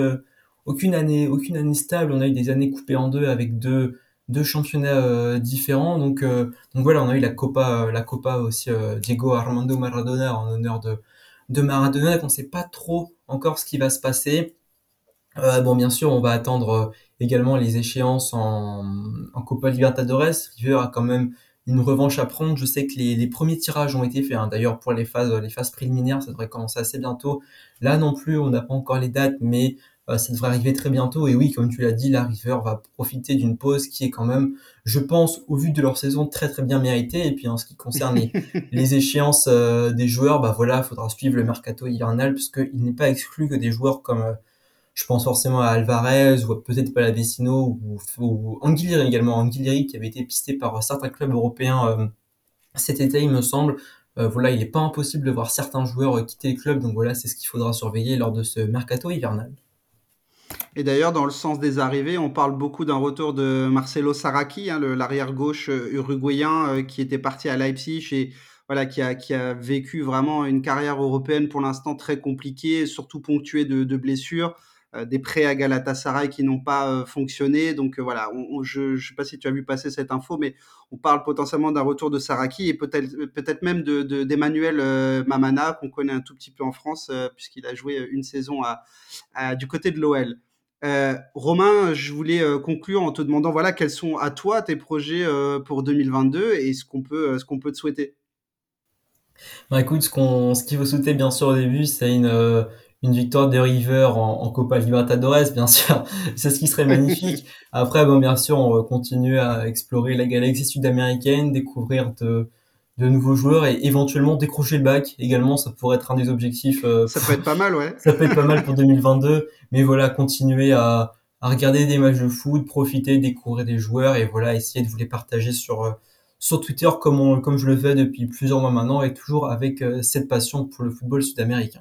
[SPEAKER 2] aucune année stable. On a eu des années coupées en deux avec deux championnats différents. Donc voilà, on a eu la Copa aussi Diego Armando Maradona en honneur de Maradona. Donc on sait pas trop encore ce qui va se passer. Bon, bien sûr, on va attendre également les échéances en Copa Libertadores. River a quand même une revanche à prendre. Je sais que les premiers tirages ont été faits, hein. D'ailleurs, pour les phases préliminaires, ça devrait commencer assez bientôt. Là non plus, on n'a pas encore les dates, mais ça devrait arriver très bientôt. Et oui, comme tu l'as dit, la River va profiter d'une pause qui est quand même, je pense, au vu de leur saison, très très bien méritée. Et puis en ce qui concerne les échéances des joueurs, bah voilà, faudra suivre le mercato hivernal, puisqu'il n'est pas exclu que des joueurs comme je pense forcément à Alvarez ou peut-être Palavecino ou Anguilleri également. Anguilleri qui avait été pisté par certains clubs européens cet été, il me semble. Voilà, il n'est pas impossible de voir certains joueurs quitter le club. Donc voilà, c'est ce qu'il faudra surveiller lors de ce mercato hivernal.
[SPEAKER 1] Et d'ailleurs, dans le sens des arrivées, on parle beaucoup d'un retour de Marcelo Saracchi, hein, l'arrière-gauche uruguayen qui était parti à Leipzig et voilà, qui a vécu vraiment une carrière européenne pour l'instant très compliquée, surtout ponctuée de blessures, des prêts à Galatasaray qui n'ont pas fonctionné. Donc voilà, je ne sais pas si tu as vu passer cette info, mais on parle potentiellement d'un retour de Saracchi et peut-être même d'Emmanuel Mamana, qu'on connaît un tout petit peu en France, puisqu'il a joué une saison du côté de l'OL. Romain, je voulais conclure en te demandant voilà quels sont à toi tes projets pour 2022 et ce qu'on peut te souhaiter.
[SPEAKER 2] Bah écoute, ce qu'il faut souhaiter bien sûr au début, c'est une victoire de River en Copa Libertadores, bien sûr. C'est ce qui serait magnifique. Après, bon, bien sûr, on va continuer à explorer la galaxie sud-américaine, découvrir de nouveaux joueurs et éventuellement décrocher le bac. Également, ça pourrait être un des objectifs.
[SPEAKER 1] Ça peut être pas mal, ouais.
[SPEAKER 2] Ça peut être pas mal pour 2022. Mais voilà, continuer à regarder des matchs de foot, profiter, découvrir des joueurs et voilà, essayer de vous les partager sur Twitter comme je le fais depuis plusieurs mois maintenant et toujours avec cette passion pour le football sud-américain.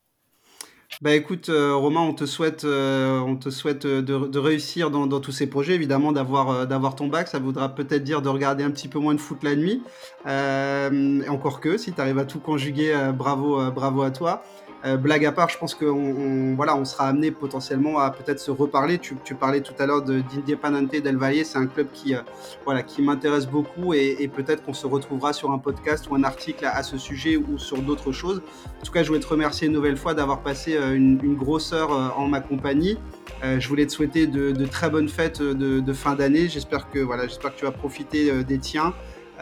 [SPEAKER 1] Bah écoute, Romain, on te souhaite de réussir dans tous ces projets, évidemment d'avoir ton bac. Ça voudra peut-être dire de regarder un petit peu moins de foot la nuit. Et encore que, si tu arrives à tout conjuguer, bravo à toi. Blague à part, je pense voilà, on sera amené potentiellement à peut-être se reparler. Tu parlais tout à l'heure d'Independiente del Valle, c'est un club voilà, qui m'intéresse beaucoup et peut-être qu'on se retrouvera sur un podcast ou un article à ce sujet ou sur d'autres choses. En tout cas, je voulais te remercier une nouvelle fois d'avoir passé une grosse heure en ma compagnie. Je voulais te souhaiter de très bonnes fêtes de fin d'année. J'espère que tu vas profiter des tiens.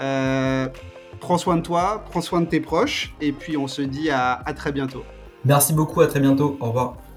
[SPEAKER 1] Prends soin de toi, prends soin de tes proches, et puis on se dit à très bientôt.
[SPEAKER 2] Merci beaucoup, à très bientôt. Au revoir.